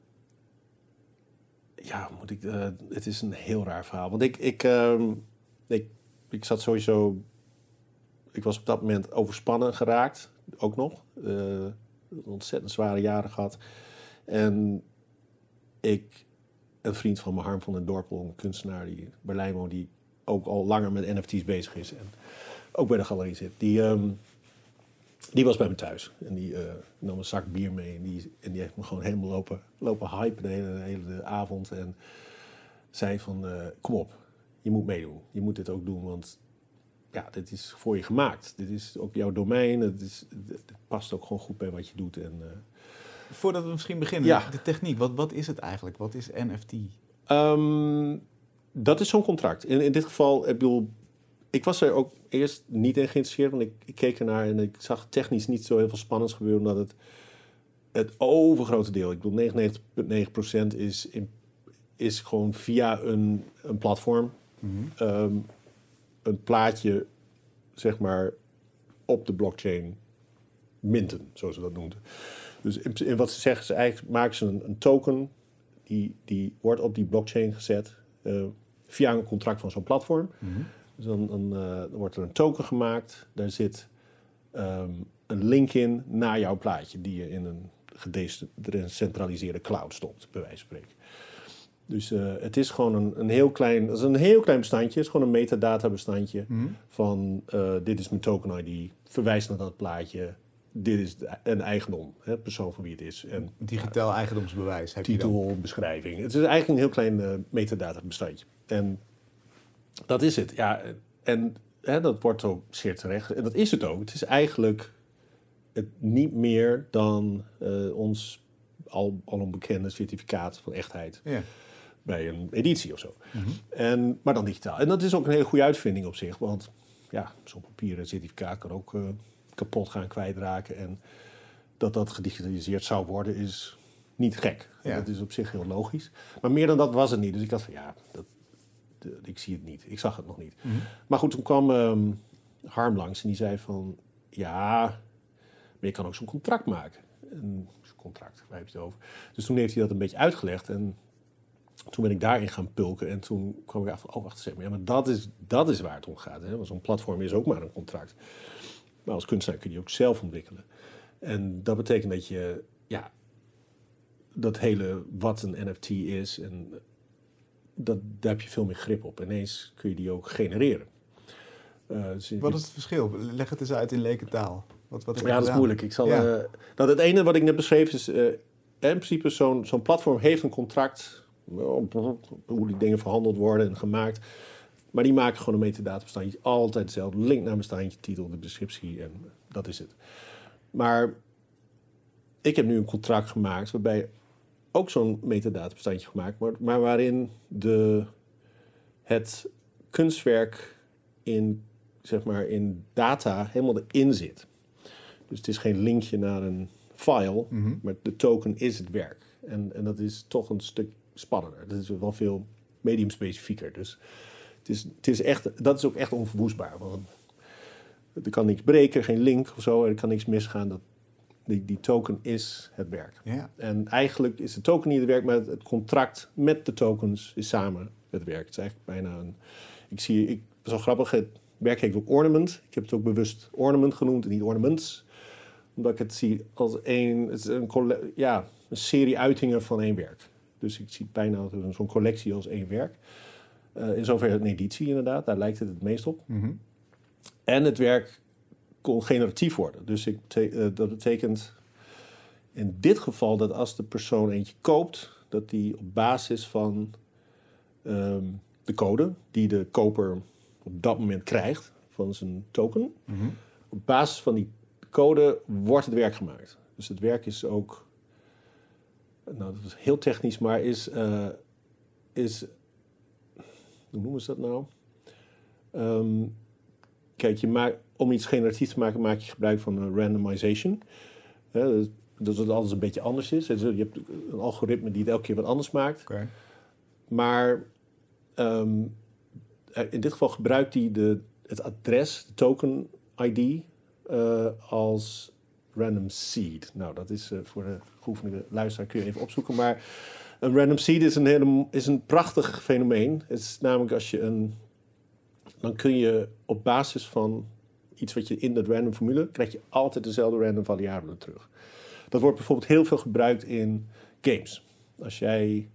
ja, moet ik, uh, het is een heel raar verhaal. Want ik, ik, uh, ik, ik zat sowieso, ik was op dat moment overspannen geraakt, ook nog. Uh, ontzettend zware jaren gehad. En ik, een vriend van me, Harm van den Dorpel, een kunstenaar die Berlijn woont, die ook al langer met N F T's bezig is en ook bij de galerie zit, die, um, die was bij me thuis. En die uh, nam een zak bier mee en die, en die heeft me gewoon helemaal lopen, lopen hypen de hele, de hele avond. En zei van, uh, kom op, je moet meedoen. Je moet dit ook doen, want ja, dit is voor je gemaakt. Dit is ook jouw domein. Het, is, het past ook gewoon goed bij wat je doet. En, uh... Voordat we misschien beginnen, ja. de techniek. Wat, wat is het eigenlijk? Wat is N F T? Um, dat is zo'n contract. In, in dit geval, ik bedoel, ik was er ook eerst niet in geïnteresseerd, want ik, ik keek ernaar en ik zag technisch niet zo heel veel spannends gebeuren, omdat het het overgrote deel, ik bedoel negenennegentig komma negen procent is, in, is gewoon via een, een platform mm-hmm. um, een plaatje, zeg maar, op de blockchain minten, zoals ze dat noemden. Dus in, in wat ze zeggen, ze eigenlijk maken ze een, een token, die, die wordt op die blockchain gezet uh, via een contract van zo'n platform. Mm-hmm. Dus dan, dan, uh, dan wordt er een token gemaakt, daar zit um, een link in naar jouw plaatje, die je in een gedecentraliseerde cloud stopt, bij wijze van spreken. Dus uh, het is gewoon een, een heel klein, dat is een heel klein bestandje. Het is gewoon een metadata bestandje mm-hmm. van uh, dit is mijn token I D, verwijst naar dat plaatje. dit is een eigendom, hè, persoon van wie het is. En, digitaal uh, eigendomsbewijs heb titel, je dan. beschrijving. Het is eigenlijk een heel klein uh, metadata bestandje. En dat is het. Ja, en hè, dat wordt ook zeer terecht. En dat is het ook. Het is eigenlijk het niet meer dan uh, ons al, al onbekende certificaat van echtheid. Ja. Bij een editie of zo. Mm-hmm. En, maar dan digitaal. En dat is ook een hele goede uitvinding op zich. Want ja, zo'n papieren certificaat kan ook uh, kapot gaan, kwijtraken. En dat dat gedigitaliseerd zou worden is niet gek. Ja. Dat is op zich heel logisch. Maar meer dan dat was het niet. Dus ik dacht van ja, dat, de, ik zie het niet. Ik zag het nog niet. Mm-hmm. Maar goed, toen kwam um, Harm langs en die zei van ja, maar je kan ook zo'n contract maken. Een contract, waar heb je het over? Dus toen heeft hij dat een beetje uitgelegd en toen ben ik daarin gaan pulken en toen kwam ik af van, oh wacht eens even, ja, maar dat is, dat is waar het om gaat. Hè? Want zo'n platform is ook maar een contract. Maar als kunstenaar kun je die ook zelf ontwikkelen. En dat betekent dat je, ja, dat hele wat een N F T is, en dat, daar heb je veel meer grip op. Ineens kun je die ook genereren. Uh, dus wat is het verschil? Leg het eens uit in lekentaal. Wat, wat ja, dat is moeilijk. Ik zal, ja. uh, nou, het ene wat ik net beschreef is, uh, in principe zo'n, zo'n platform heeft een contract, hoe die dingen verhandeld worden en gemaakt. Maar die maken gewoon een metadatabestandje. Altijd hetzelfde. Link naar een bestandje, titel, de descriptie en dat is het. Maar ik heb nu een contract gemaakt waarbij ook zo'n metadatabestandje gemaakt wordt, maar waarin de, het kunstwerk in, zeg maar, in data helemaal erin zit. Dus het is geen linkje naar een file, mm-hmm. maar de token is het werk. En, en dat is toch een stuk spannender. Dat is wel veel medium-specifieker. Dus het is, het is echt, dat is ook echt onverwoestbaar. Want er kan niks breken, geen link of zo. Er kan niks misgaan. Dat, die, die token is het werk. Ja. En eigenlijk is de token niet het werk, maar het, het contract met de tokens is samen het werk. Het is eigenlijk bijna een... Ik zie, ik, zo grappig, het werk heet ook ornament. Ik heb het ook bewust ornament genoemd en niet ornaments. Omdat ik het zie als één, het is een, ja, een serie uitingen van één werk. Dus ik zie bijna zo'n collectie als één werk. Uh, in zoverre een editie inderdaad, daar lijkt het het meest op. Mm-hmm. En het werk kon generatief worden. Dus ik te, uh, dat betekent in dit geval dat als de persoon eentje koopt, dat die op basis van um, de code die de koper op dat moment krijgt van zijn token, mm-hmm. op basis van die code wordt het werk gemaakt. Dus het werk is ook, nou dat is heel technisch, maar is, uh, is hoe noemen ze dat nou? Um, kijk, je maakt, om iets generatief te maken, maak je gebruik van uh, randomization. Uh, dat het alles een beetje anders is. Je hebt een algoritme die het elke keer wat anders maakt. Okay. Maar um, in dit geval gebruikt hij de, het adres, de token I D, uh, als random seed. Nou, dat is uh, voor de geoefende luisteraar, kun je even opzoeken. Maar een random seed is een, hele, is een prachtig fenomeen. Het is namelijk als je een... Dan kun je op basis van iets wat je in dat random formule, krijg je altijd dezelfde random variabelen terug. Dat wordt bijvoorbeeld heel veel gebruikt in games. Als jij...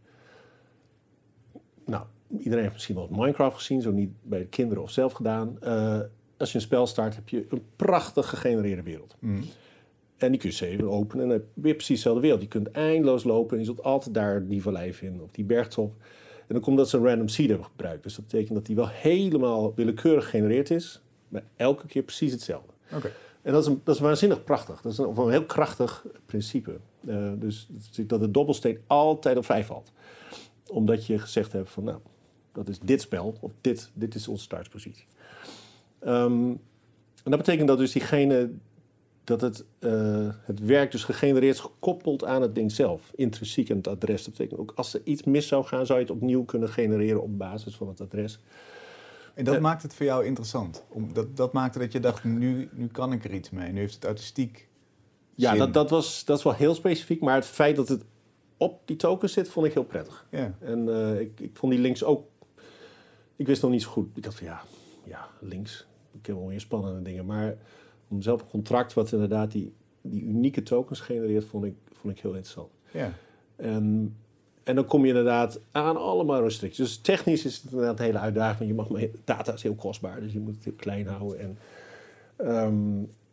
Nou, iedereen heeft misschien wel Minecraft gezien, zo niet bij de kinderen of zelf gedaan. Uh, als je een spel start, heb je een prachtig gegenereerde wereld. Mm. En die kun je even openen en dan heb je weer precies dezelfde wereld. Je kunt eindeloos lopen en je zult altijd daar die vallei vinden, op die bergtop. En dan komt dat ze een random seed hebben gebruikt. Dus dat betekent dat die wel helemaal willekeurig gegenereerd is, maar elke keer precies hetzelfde. Okay. En dat is, een, dat is waanzinnig prachtig. Dat is een, een heel krachtig principe. Uh, dus dat de dobbelsteen altijd op vijf valt. Omdat je gezegd hebt van, nou, dat is dit spel, of dit, dit is onze startpositie. Um, en dat betekent dat dus diegene, dat het, uh, het werk dus gegenereerd is gekoppeld aan het ding zelf. Intrinsiek aan het adres. Dat betekent ook, als er iets mis zou gaan, zou je het opnieuw kunnen genereren op basis van het adres. En dat uh, maakt het voor jou interessant? Om, dat, dat maakte dat je dacht, nu, nu kan ik er iets mee. Nu heeft het artistiek Ja, dat, dat, was, dat is wel heel specifiek. Maar het feit dat het op die token zit, vond ik heel prettig. Yeah. En uh, ik, ik vond die links ook... Ik wist nog niet zo goed. Ik dacht van ja, ja links. Ik heb wel meer spannende dingen. Maar om zelf een contract wat inderdaad die, die unieke tokens genereert, vond ik, vond ik heel interessant. Yeah. En, en dan kom je inderdaad aan allemaal restricties. Dus technisch is het inderdaad een hele uitdaging. Je mag maar, data is heel kostbaar, dus je moet het heel klein houden. En um,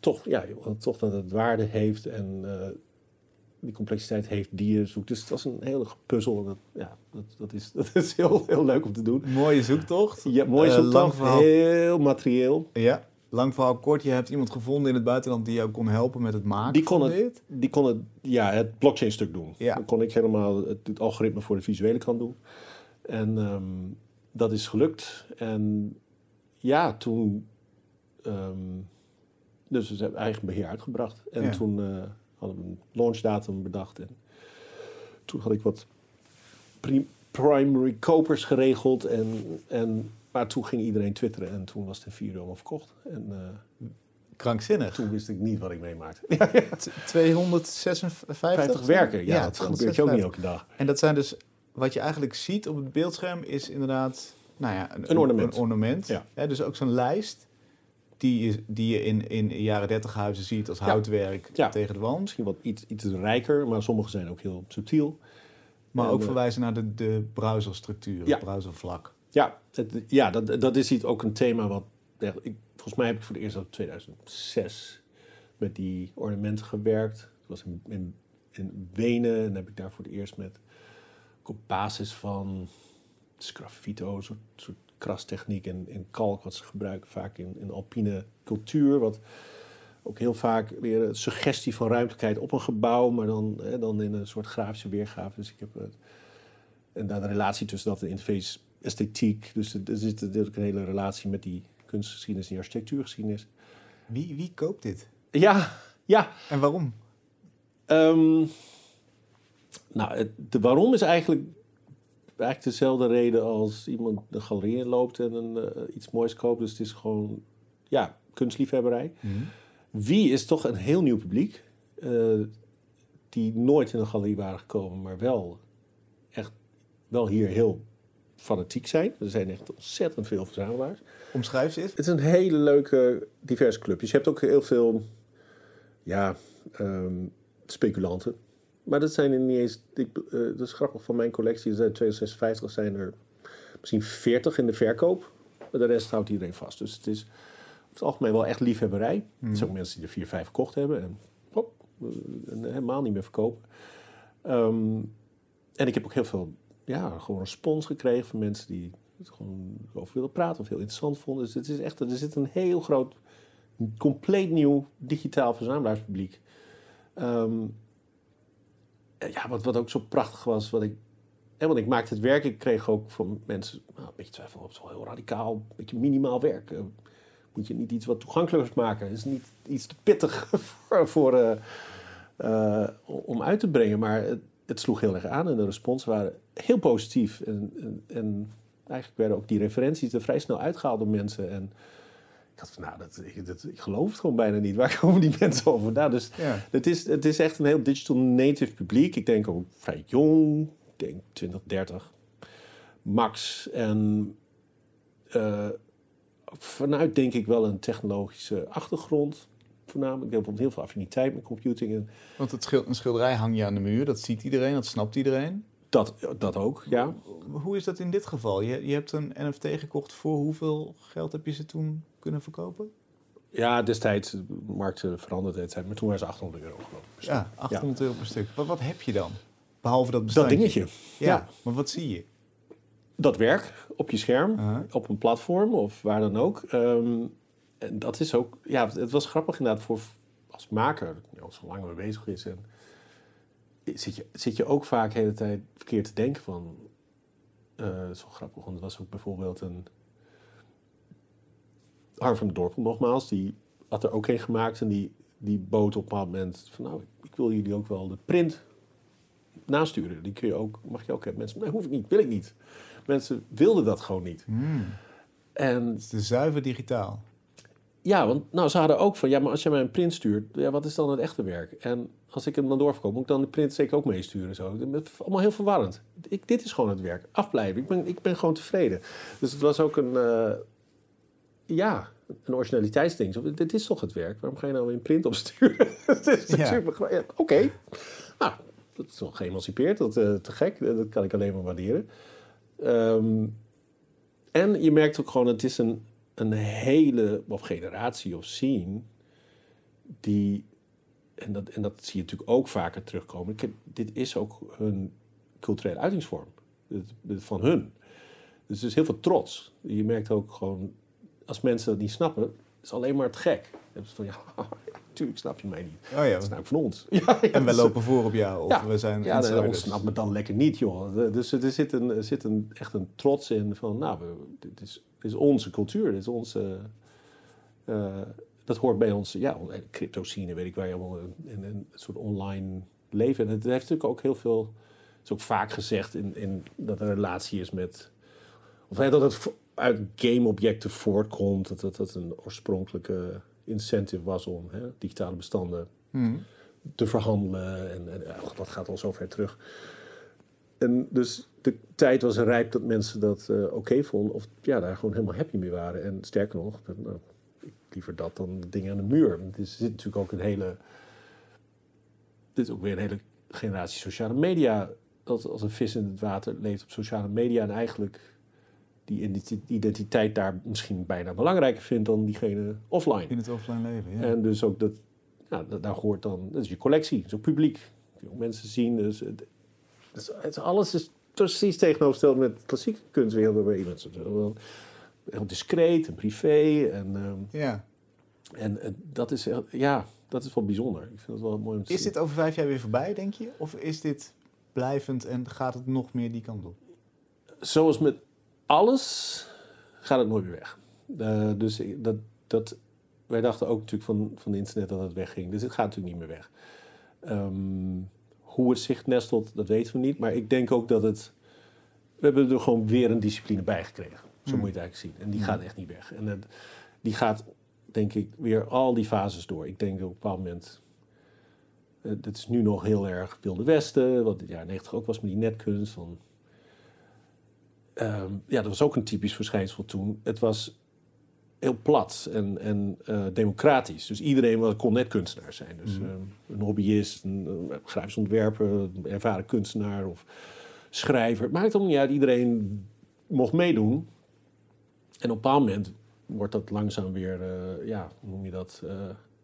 toch, ja, toch dat het waarde heeft en uh, die complexiteit heeft die je zoekt. Dus het was een hele puzzel. Dat, ja, dat, dat, is, dat is heel, heel leuk om te doen. Mooie zoektocht. Ja, mooie Uh, zoektocht. verhaal... Heel materieel. Ja, lang verhaal kort. Je hebt iemand gevonden in het buitenland die jou kon helpen met het maken die kon van het, dit? Die kon het, ja, het blockchain stuk doen. Ja. Dan kon ik helemaal het, het algoritme voor de visuele kant doen. En um, dat is gelukt. En ja, toen... Um, dus we hebben eigen beheer uitgebracht. En ja. toen uh, hadden we een launchdatum bedacht. En toen had ik wat prim- primary kopers geregeld. En, en, maar toen ging iedereen twitteren. En toen was het in vier uur allemaal verkocht. En, uh, krankzinnig. Toen wist ik niet wat ik meemaakte. tweehonderdzesenvijftig vijftig werken, ja. ja dat gebeurt je ook niet elke dag. En dat zijn dus... Wat je eigenlijk ziet op het beeldscherm is inderdaad... Nou ja, een, een ornament. Een ornament. Ja. Ja, dus ook zo'n lijst... Die je, die je in, in jaren dertig huizen ziet als ja. houtwerk ja. tegen de wand. Misschien wat iets, iets rijker, maar sommige zijn ook heel subtiel. Maar en, ook verwijzen naar de, de browserstructuur, ja. het browservlak. Ja, het, ja dat, dat is iets, ook een thema wat... Ik, volgens mij heb ik voor de eerste in tweeduizend zes met die ornamenten gewerkt. Dat was in, in, in Wenen en heb ik daar voor het eerst met... op basis van sgraffito, een soort, soort krastechniek en, en kalk, wat ze gebruiken vaak in, in alpine cultuur. Wat ook heel vaak weer een suggestie van ruimtelijkheid op een gebouw, maar dan, hè, dan in een soort grafische weergave. Dus ik heb het, en daar de relatie tussen dat en interface esthetiek. Dus er zit natuurlijk een hele relatie met die kunstgeschiedenis en die architectuurgeschiedenis. Wie, wie koopt dit? Ja, ja. En waarom? Um, nou, het, de waarom is eigenlijk... Eigenlijk dezelfde reden als iemand de galerie in loopt en een, uh, iets moois koopt. Dus het is gewoon, ja, kunstliefhebberij. Mm-hmm. Wie is toch een heel nieuw publiek. Uh, die nooit in een galerie waren gekomen, maar wel echt wel hier heel fanatiek zijn. Er zijn echt ontzettend veel verzamelaars. Omschrijf ze eens. Het is een hele leuke, diverse club. Dus je hebt ook heel veel, ja, um, speculanten. Maar dat zijn er niet eens... Ik, uh, dat is grappig van mijn collectie. Er zijn tweehonderdzesenvijftig, zijn er misschien veertig in de verkoop. Maar de rest houdt iedereen vast. Dus het is over het algemeen wel echt liefhebberij. Mm. Er zijn ook mensen die er vier, vijf gekocht hebben. En hop, en helemaal niet meer verkopen. Um, en ik heb ook heel veel... Ja, gewoon respons gekregen van mensen die het gewoon over willen praten. Of heel interessant vonden. Dus het is echt... Er zit een heel groot, compleet nieuw digitaal verzamelaarspubliek. Um, Ja, wat, wat ook zo prachtig was, wat ik, hè, want ik maakte het werk, ik kreeg ook van mensen, nou, een beetje twijfel, het is wel heel radicaal, een beetje minimaal werk. Uh, moet je niet iets wat toegankelijkers maken? Het is niet iets te pittig voor, voor, uh, uh, om uit te brengen, maar het, het sloeg heel erg aan en de responsen waren heel positief. En, en, en eigenlijk werden ook die referenties er vrij snel uitgehaald door mensen. En ik had van, nou, dat, ik, dat, ik geloof het gewoon bijna niet. Waar komen die mensen over vandaan? Dus ja. het, is, het is echt een heel digital native publiek. Ik denk ook vrij jong. Ik denk twintig, dertig. Max. En uh, vanuit denk ik wel een technologische achtergrond. Voornamelijk. Ik heb bijvoorbeeld heel veel affiniteit met computing. En Want het schil- een schilderij hang je aan de muur. Dat ziet iedereen, dat snapt iedereen. Dat, dat ook, ja. Hoe, hoe is dat in dit geval? Je, je hebt een N F T gekocht. Voor hoeveel geld heb je ze toen kunnen verkopen? Ja, destijds, de markt veranderde de tijd, maar toen waren ze achthonderd euro geloof ik. Ja, achthonderd euro per stuk. Wat, wat heb je dan? Behalve dat bestandje. Dat dingetje. Ja, ja, maar wat zie je? Dat werk op je scherm, uh-huh. op een platform of waar dan ook. Um, en dat is ook, ja, het was grappig inderdaad voor als maker, al zo lang mee bezig is. En zit je, zit je ook vaak de hele tijd verkeerd te denken van, uh, dat is wel grappig, want er was ook bijvoorbeeld een Harm van de Dorpel nogmaals, die had er ook een gemaakt en die, die bood op een bepaald moment van, nou, ik wil jullie ook wel de print nasturen. Die kun je ook, mag je ook hebben. Mensen, nee, hoef ik niet, wil ik niet. Mensen wilden dat gewoon niet. Hmm. En het is de zuiver digitaal. Ja, want nou, ze hadden ook van, ja, maar als je mij een print stuurt, ja, wat is dan het echte werk? En als ik hem dan doorverkoop, moet ik dan de print zeker ook meesturen. Zo. Allemaal heel verwarrend. Ik, dit is gewoon het werk. Afblijven. Ik ben, ik ben gewoon tevreden. Dus het was ook een, uh, ja, een originaliteitsding. Zo, dit is toch het werk? Waarom ga je nou in print opsturen? Het is ja. super. Ja, Oké. Okay. Nou, dat is nog geëmancipeerd. Dat uh, te gek. Dat kan ik alleen maar waarderen. Um, en je merkt ook gewoon, het is een, een hele, of generatie of scene, die, en dat, en dat zie je natuurlijk ook vaker terugkomen. Ik heb, dit is ook hun culturele uitingsvorm dit, dit van hun. Dus er is heel veel trots. Je merkt ook gewoon, als mensen dat niet snappen, is alleen maar het gek. Dan van, ja, natuurlijk snap je mij niet. Oh ja. Dat is nou van ons. Ja, ja, en we lopen voor op jou, of ja, we zijn ja, insiders. ons snapt me dan lekker niet, joh. Dus er zit, een, er zit een, echt een trots in van, nou, we, dit, is, dit is onze cultuur, dit is onze... Uh, dat hoort bij ons, ja, crypto-scene, weet ik waar je allemaal in een soort online leven. En het heeft natuurlijk ook heel veel, het is ook vaak gezegd in, in dat er een relatie is met, of dat het uit game-objecten voortkomt, dat het dat een oorspronkelijke incentive was om hè, digitale bestanden hmm. te verhandelen. En, en ja, dat gaat al zo ver terug. En dus de tijd was rijp dat mensen dat uh, oké okay vonden, of ja, daar gewoon helemaal happy mee waren. En sterker nog, nou, liever dat dan dingen aan de muur. Want er zit natuurlijk ook een hele... Dit is ook weer een hele generatie sociale media. Dat als een vis in het water leeft op sociale media en eigenlijk die identiteit daar misschien bijna belangrijker vindt dan diegene offline. In het offline leven, ja. En dus ook dat... Ja, daar hoort dan... Dat is je collectie, dat is ook publiek. Veel mensen zien. Dus, het, het, alles is precies tegenovergesteld met klassieke kunstwereld. Waar iemand zo... Heel discreet en privé. En, um, ja. en uh, dat, is, uh, ja, dat is wel bijzonder. Ik vind het wel mooi om te Is zien. dit over vijf jaar weer voorbij, denk je? Of is dit blijvend en gaat het nog meer die kant op? Zoals met alles gaat het nooit meer weg. Uh, dus dat, dat, wij dachten ook natuurlijk van, van het internet dat het wegging. Dus het gaat natuurlijk niet meer weg. Um, hoe het zich nestelt, dat weten we niet. Maar ik denk ook dat het... We hebben er gewoon weer een discipline bij gekregen. Zo moet je het eigenlijk zien. En die gaat echt niet weg. En het, die gaat, denk ik, weer al die fases door. Ik denk op een bepaald moment... Uh, het is nu nog heel erg Wilde Westen. Wat in de jaren negentig ook was met die netkunst. Van, um, ja, dat was ook een typisch verschijnsel toen. Het was heel plat en, en uh, democratisch. Dus iedereen kon netkunstenaar zijn. Dus uh, een hobbyist, een uh, grafisch ontwerper, een ervaren kunstenaar of schrijver. Het maakt allemaal niet uit. Iedereen mocht meedoen. En op een bepaald moment wordt dat langzaam weer, uh, ja, hoe noem je dat? Uh,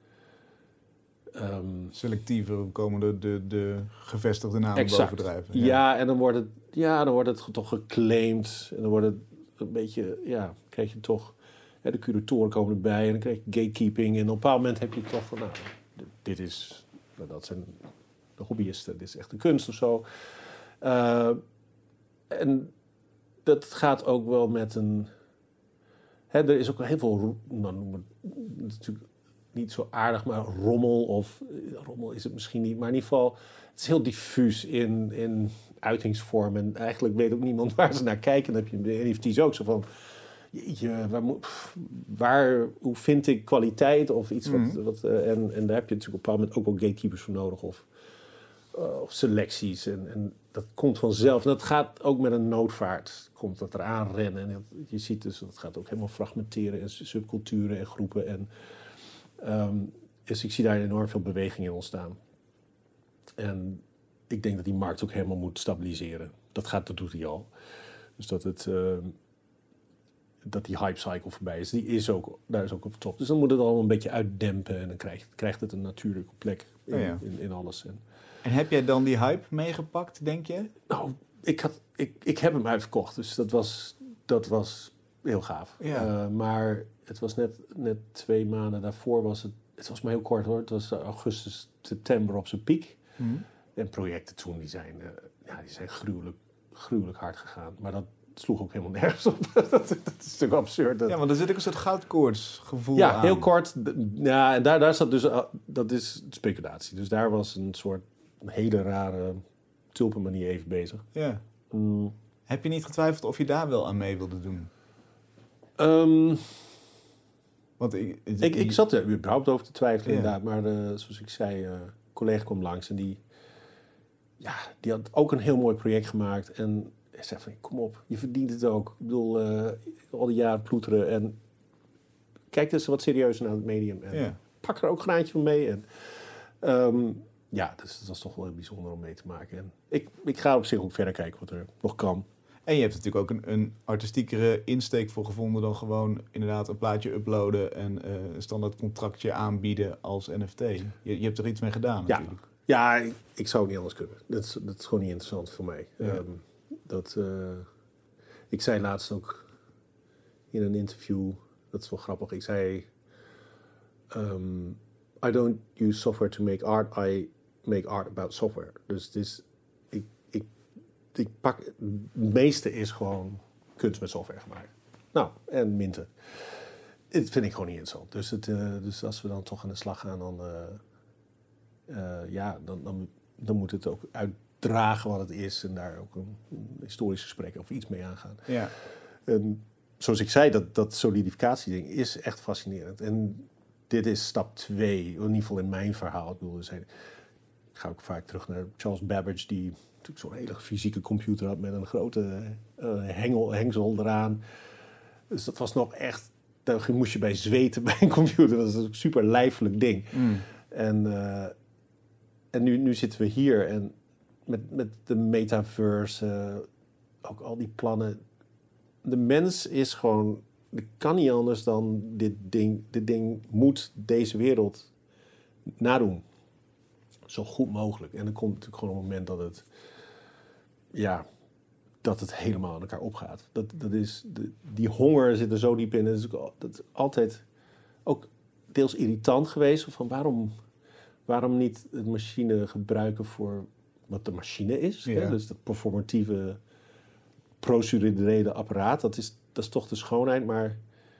um, Selectiever komen de, de, de gevestigde namen exact. bovendrijven. Ja. ja, en dan wordt het, ja, dan wordt het toch geclaimd. En dan wordt het een beetje, ja, krijg je toch, hè, de curatoren komen erbij en dan krijg je gatekeeping. En op een bepaald moment heb je toch van, nou, dit is, nou, dat zijn de hobbyisten, dit is echt de kunst of zo. Uh, en dat gaat ook wel met een... Hè, er is ook heel veel, nou, noem het, natuurlijk niet zo aardig, maar rommel of rommel is het misschien niet, maar in ieder geval, het is heel diffuus in, in uitingsvorm en eigenlijk weet ook niemand waar ze naar kijken. Dan heb je de N F T's ook zo van, jeetje, waar, waar, hoe vind ik kwaliteit of iets wat, mm-hmm. wat uh, en, en daar heb je natuurlijk op een bepaald moment ook wel gatekeepers voor nodig of, uh, of selecties en, en dat komt vanzelf. En dat gaat ook met een noodvaart. Komt dat eraan rennen. En je ziet dus, dat gaat ook helemaal fragmenteren. En subculturen en groepen. En, um, dus ik zie daar enorm veel beweging in ontstaan. En ik denk dat die markt ook helemaal moet stabiliseren. Dat gaat, dat doet hij al. Dus dat het... Uh, dat die hype cycle voorbij is. Die is ook, daar is ook op top. Dus dan moet het allemaal een beetje uitdempen. En dan krijgt, krijgt het een natuurlijke plek in, oh ja. in, in alles. En, En heb jij dan die hype meegepakt, denk je? Nou, ik, had, ik, ik heb hem uitverkocht. Dus dat was, dat was heel gaaf. Ja. Uh, maar het was net, net twee maanden daarvoor was het... Het was maar heel kort hoor. Het was augustus, september op zijn piek. Mm. En projecten toen, die zijn, uh, ja, die zijn gruwelijk, gruwelijk hard gegaan. Maar dat sloeg ook helemaal nergens op. dat, dat is natuurlijk absurd. Dat... Ja, want er zit ook een soort goudkoortsgevoel ja, aan. Ja, heel kort. Ja, en daar, daar zat dus... Uh, dat is speculatie. Dus daar was een soort hele rare tulpenmanier even bezig. Ja. Mm. Heb je niet getwijfeld of je daar wel aan mee wilde doen? Um, Want ik, ik, ik, ik zat er überhaupt over te twijfelen, ja. inderdaad. Maar uh, zoals ik zei, uh, een collega kwam langs en die... Ja, die had ook een heel mooi project gemaakt. En hij zei van, kom op, je verdient het ook. Ik bedoel, uh, al die jaren ploeteren. En kijk dus wat serieuzer naar het medium. En ja. pak er ook een graantje van mee. En, um, ja, dus dat was toch wel heel bijzonder om mee te maken. En ik, ik ga op zich ook verder kijken wat er nog kan. En je hebt natuurlijk ook een, een artistiekere insteek voor gevonden dan gewoon inderdaad een plaatje uploaden en uh, een standaard contractje aanbieden als N F T. Je, je hebt er iets mee gedaan ja. natuurlijk. Ja, ik, ik zou het niet anders kunnen. Dat is, dat is gewoon niet interessant voor mij. Ja. Um, dat, uh, ik zei laatst ook in een interview, dat is wel grappig, ik zei... Um, I don't use software to make art, I make art about software. Dus het is, ik, ik, ik pak, het meeste is gewoon kunst met software gemaakt. Nou, en minten. Dat vind ik gewoon niet interessant. Dus, het, uh, dus als we dan toch aan de slag gaan, dan, uh, uh, ja, dan, dan, dan moet het ook uitdragen wat het is en daar ook een, een historisch gesprek of iets mee aangaan. Ja. En zoals ik zei, dat, dat solidificatieding is echt fascinerend. En dit is stap twee, in ieder geval in mijn verhaal. Ik bedoel, dus, ik ga ook vaak terug naar Charles Babbage, die natuurlijk zo'n hele fysieke computer had met een grote uh, hengel, hengsel eraan. Dus dat was nog echt, daar moest je bij zweten bij een computer. Dat is een super lijfelijk ding. Mm. En, uh, en nu, nu zitten we hier en met, met de metaverse, uh, ook al die plannen. De mens is gewoon, het kan niet anders dan dit ding, dit ding moet deze wereld nadoen. Zo goed mogelijk. En dan komt natuurlijk gewoon een moment dat het, ja, dat het helemaal aan elkaar opgaat. Dat, dat is, de, die honger zit er zo diep in. Dat is, dat is altijd ook deels irritant geweest. Van waarom, waarom niet de machine gebruiken voor wat de machine is? Ja. Hè? Dus dat performatieve, procedurele apparaat. Dat is, dat is toch de schoonheid. Maar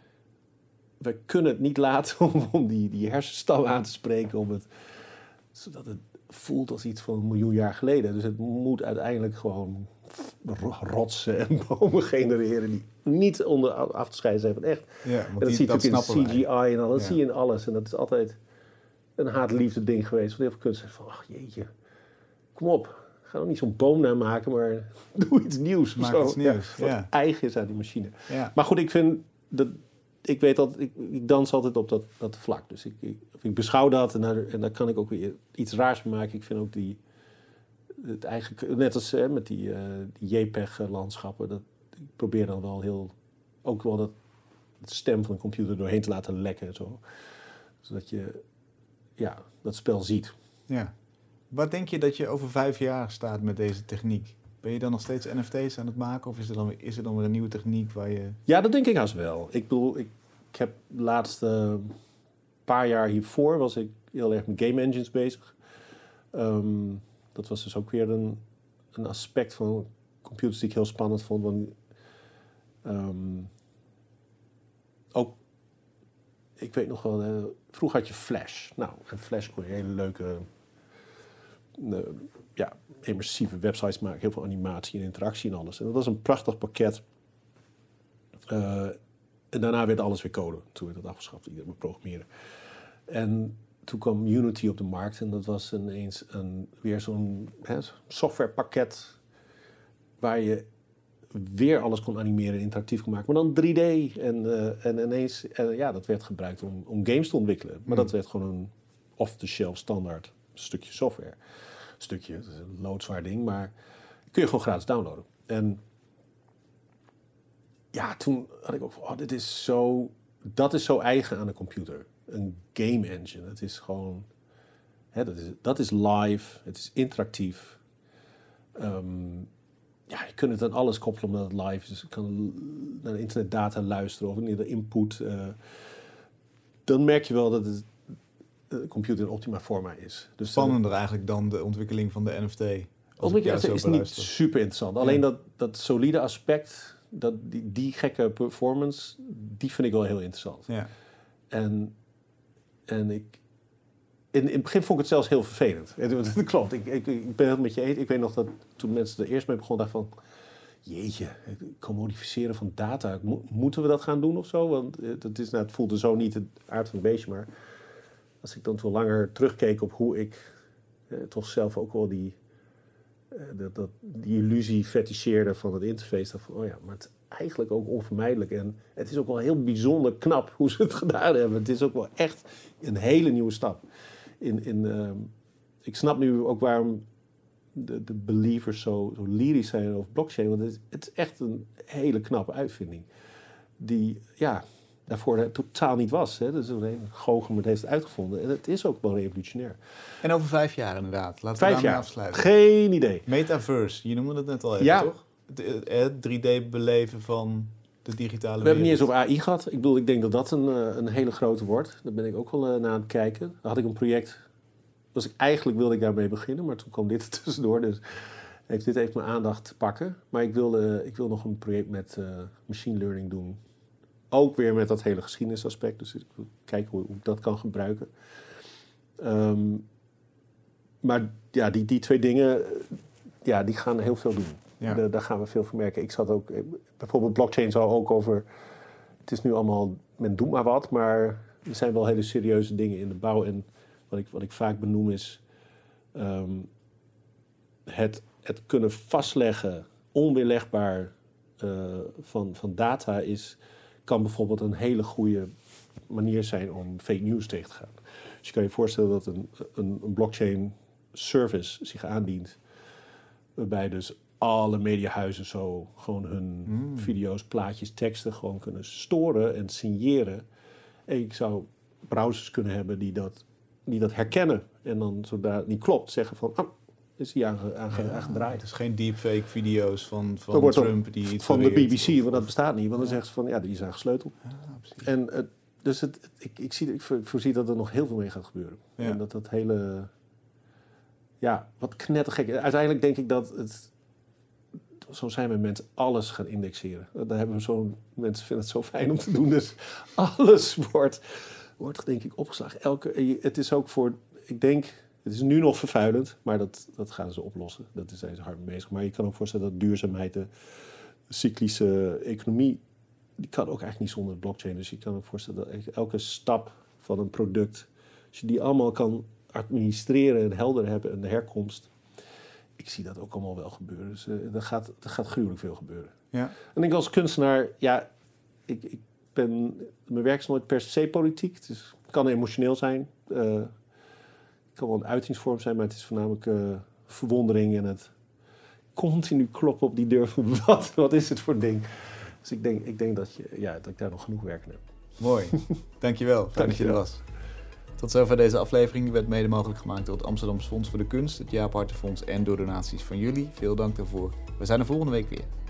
we kunnen het niet laten om, om die, die hersenstam aan te spreken. Om het, zodat het voelt als iets van een miljoen jaar geleden. Dus het moet uiteindelijk gewoon rotsen en bomen genereren die niet onder af te scheiden zijn van echt. Ja, en dat die, zie je natuurlijk in C G I en al. Dat ja. zie je in alles. En dat is altijd een haat-liefde ding geweest. Van heel veel kunstenaars van, ach jeetje, kom op. Ga dan niet zo'n boom namaken, maar doe iets nieuws. Maak zo. iets nieuws. Ja, wat ja. eigen is aan die machine. Ja. Maar goed, ik vind dat... Ik weet dat, ik, ik dans altijd op dat, dat vlak. Dus ik, ik, ik beschouw dat en daar, en daar kan ik ook weer iets raars van maken. Ik vind ook die, het eigen, net als hè, met die, uh, die JPEG-landschappen, dat, ik probeer dan wel heel, ook wel dat het stem van de computer doorheen te laten lekken en zo. Zodat je, ja, dat spel ziet. Ja. Wat denk je dat je over vijf jaar staat met deze techniek? Ben je dan nog steeds N F T's aan het maken? Of is er dan, is er dan weer een nieuwe techniek waar je... Ja, dat denk ik haast wel. Ik bedoel, ik, ik heb de laatste paar jaar hiervoor was ik heel erg met game engines bezig. Um, dat was dus ook weer een, een aspect van computers die ik heel spannend vond. Want, um, ook, ik weet nog wel, uh, vroeger had je Flash. Nou, en Flash kon je hele leuke... Uh, ja, immersieve websites maken, heel veel animatie en interactie en alles. En dat was een prachtig pakket. Uh, en daarna werd alles weer code. Toen werd dat afgeschaft, iedereen moet programmeren. En toen kwam Unity op de markt en dat was ineens een, weer zo'n hè, softwarepakket waar je weer alles kon animeren en interactief kon maken, maar dan drie D. En, uh, en ineens, uh, ja, dat werd gebruikt om, om games te ontwikkelen. Maar mm. dat werd gewoon een off-the-shelf standaard stukje software. Stukje, dat is een loodzwaar ding, maar kun je gewoon gratis downloaden. En ja, toen had ik ook van, oh, dit is zo, dat is zo eigen aan een computer. Een game engine, het is gewoon, hè, dat, is, dat is live, het is interactief. Um, ja, je kunt het aan alles koppelen omdat het live is. Dus je kan naar de internetdata luisteren of naar de input. Uh, dan merk je wel dat het de computer in optima forma is. Dus spannender uh, eigenlijk dan de ontwikkeling van de N F T. Ontwikkeling is niet super interessant. Alleen ja. dat, dat solide aspect, dat, die, die gekke performance, die vind ik wel heel interessant. Ja. En, en ik... In, in het begin vond ik het zelfs heel vervelend. Dat klopt, ik, ik, ik ben het met je eens. Ik weet nog dat toen mensen er eerst mee begonnen, dacht van... Jeetje, commodificeren van data, Mo- moeten we dat gaan doen of zo? Want het, is, nou, het voelde zo niet het aard van het beestje, maar... Als ik dan veel langer terugkeek op hoe ik eh, toch zelf ook wel die, eh, dat, dat, die illusie feticheerde van het interface. Dacht van, oh ja, maar het is eigenlijk ook onvermijdelijk. En het is ook wel heel bijzonder knap hoe ze het gedaan hebben. Het is ook wel echt een hele nieuwe stap. In, in, uh, ik snap nu ook waarom de, de believers zo, zo lyrisch zijn over blockchain. Want het is, het is echt een hele knappe uitvinding. Die, ja, daarvoor totaal niet was. Hè. Dus een goochel het heeft het uitgevonden. En het is ook wel revolutionair. En over vijf jaar inderdaad. Laten we vijf daarmee jaar. afsluiten. Geen idee. Metaverse, je noemde het net al even, ja. toch? Het drie D beleven van de digitale We hebben wereld. niet eens over A I gehad. Ik bedoel, ik denk dat dat een, een hele grote wordt. Daar ben ik ook wel uh, naar aan het kijken. Daar had ik een project... Was ik, eigenlijk wilde ik daarmee beginnen, maar toen kwam dit er tussendoor. Dus heeft dit even mijn aandacht te pakken. Maar ik wil, ik wil nog een project met uh, machine learning doen. Ook weer met dat hele geschiedenisaspect. Dus ik wil kijken hoe, hoe ik dat kan gebruiken. Um, maar ja, die, die twee dingen, ja, die gaan heel veel doen. Ja. De, daar gaan we veel van merken. Ik zat ook, bijvoorbeeld blockchain zou ook over... Het is nu allemaal, men doet maar wat, maar er zijn wel hele serieuze dingen in de bouw. En wat ik, wat ik vaak benoem is um, het, het kunnen vastleggen, onweerlegbaar uh, van, van data is, kan bijvoorbeeld een hele goede manier zijn om fake news tegen te gaan. Dus je kan je voorstellen dat een, een, een blockchain service zich aandient, waarbij dus alle mediahuizen zo gewoon hun mm. video's, plaatjes, teksten gewoon kunnen storen en signeren. En ik zou browsers kunnen hebben die dat, die dat herkennen. En dan zodra die klopt, zeggen van, ah, is die aange, aange, ja, aangedraaid. Het is geen deepfake video's van, van Trump op, die iets van de B B C, of, want dat bestaat niet. Want dan ja. zeggen ze van, ja, die is aangesleuteld. Ja, en het, dus het, het, ik, ik, zie, ik voorzie dat er nog heel veel mee gaat gebeuren. Ja. En dat dat hele... Ja, wat knettergek. Uiteindelijk denk ik dat het... Zo zijn we mensen alles gaan indexeren. Daar hebben we zo... Mensen vinden het zo fijn om te doen. Dus alles wordt, wordt denk ik opgeslagen. Elke, het is ook voor... Ik denk... Het is nu nog vervuilend, maar dat, dat gaan ze oplossen. Dat zijn ze hard mee bezig. Maar je kan ook voorstellen dat duurzaamheid, de cyclische economie... Die kan ook eigenlijk niet zonder blockchain. Dus je kan ook voorstellen dat elke stap van een product... Als je die allemaal kan administreren en helder hebben en de herkomst... Ik zie dat ook allemaal wel gebeuren. Dus uh, er, gaat, er gaat gruwelijk veel gebeuren. Ja. En ik als kunstenaar, ja, ik, ik ben, mijn werk is nooit per se politiek. Dus het kan emotioneel zijn. Uh, het kan wel een uitingsvorm zijn, maar het is voornamelijk uh, verwondering en het continu kloppen op die deur van wat, wat is het voor ding. Dus ik denk, ik denk dat, je, ja, dat ik daar nog genoeg werk in heb. Mooi. Dankjewel. Fijn dat je er was. Tot zover deze aflevering. Die werd mede mogelijk gemaakt door het Amsterdamse Fonds voor de Kunst, het Jaap Harten Fonds en door donaties van jullie. Veel dank daarvoor. We zijn er volgende week weer.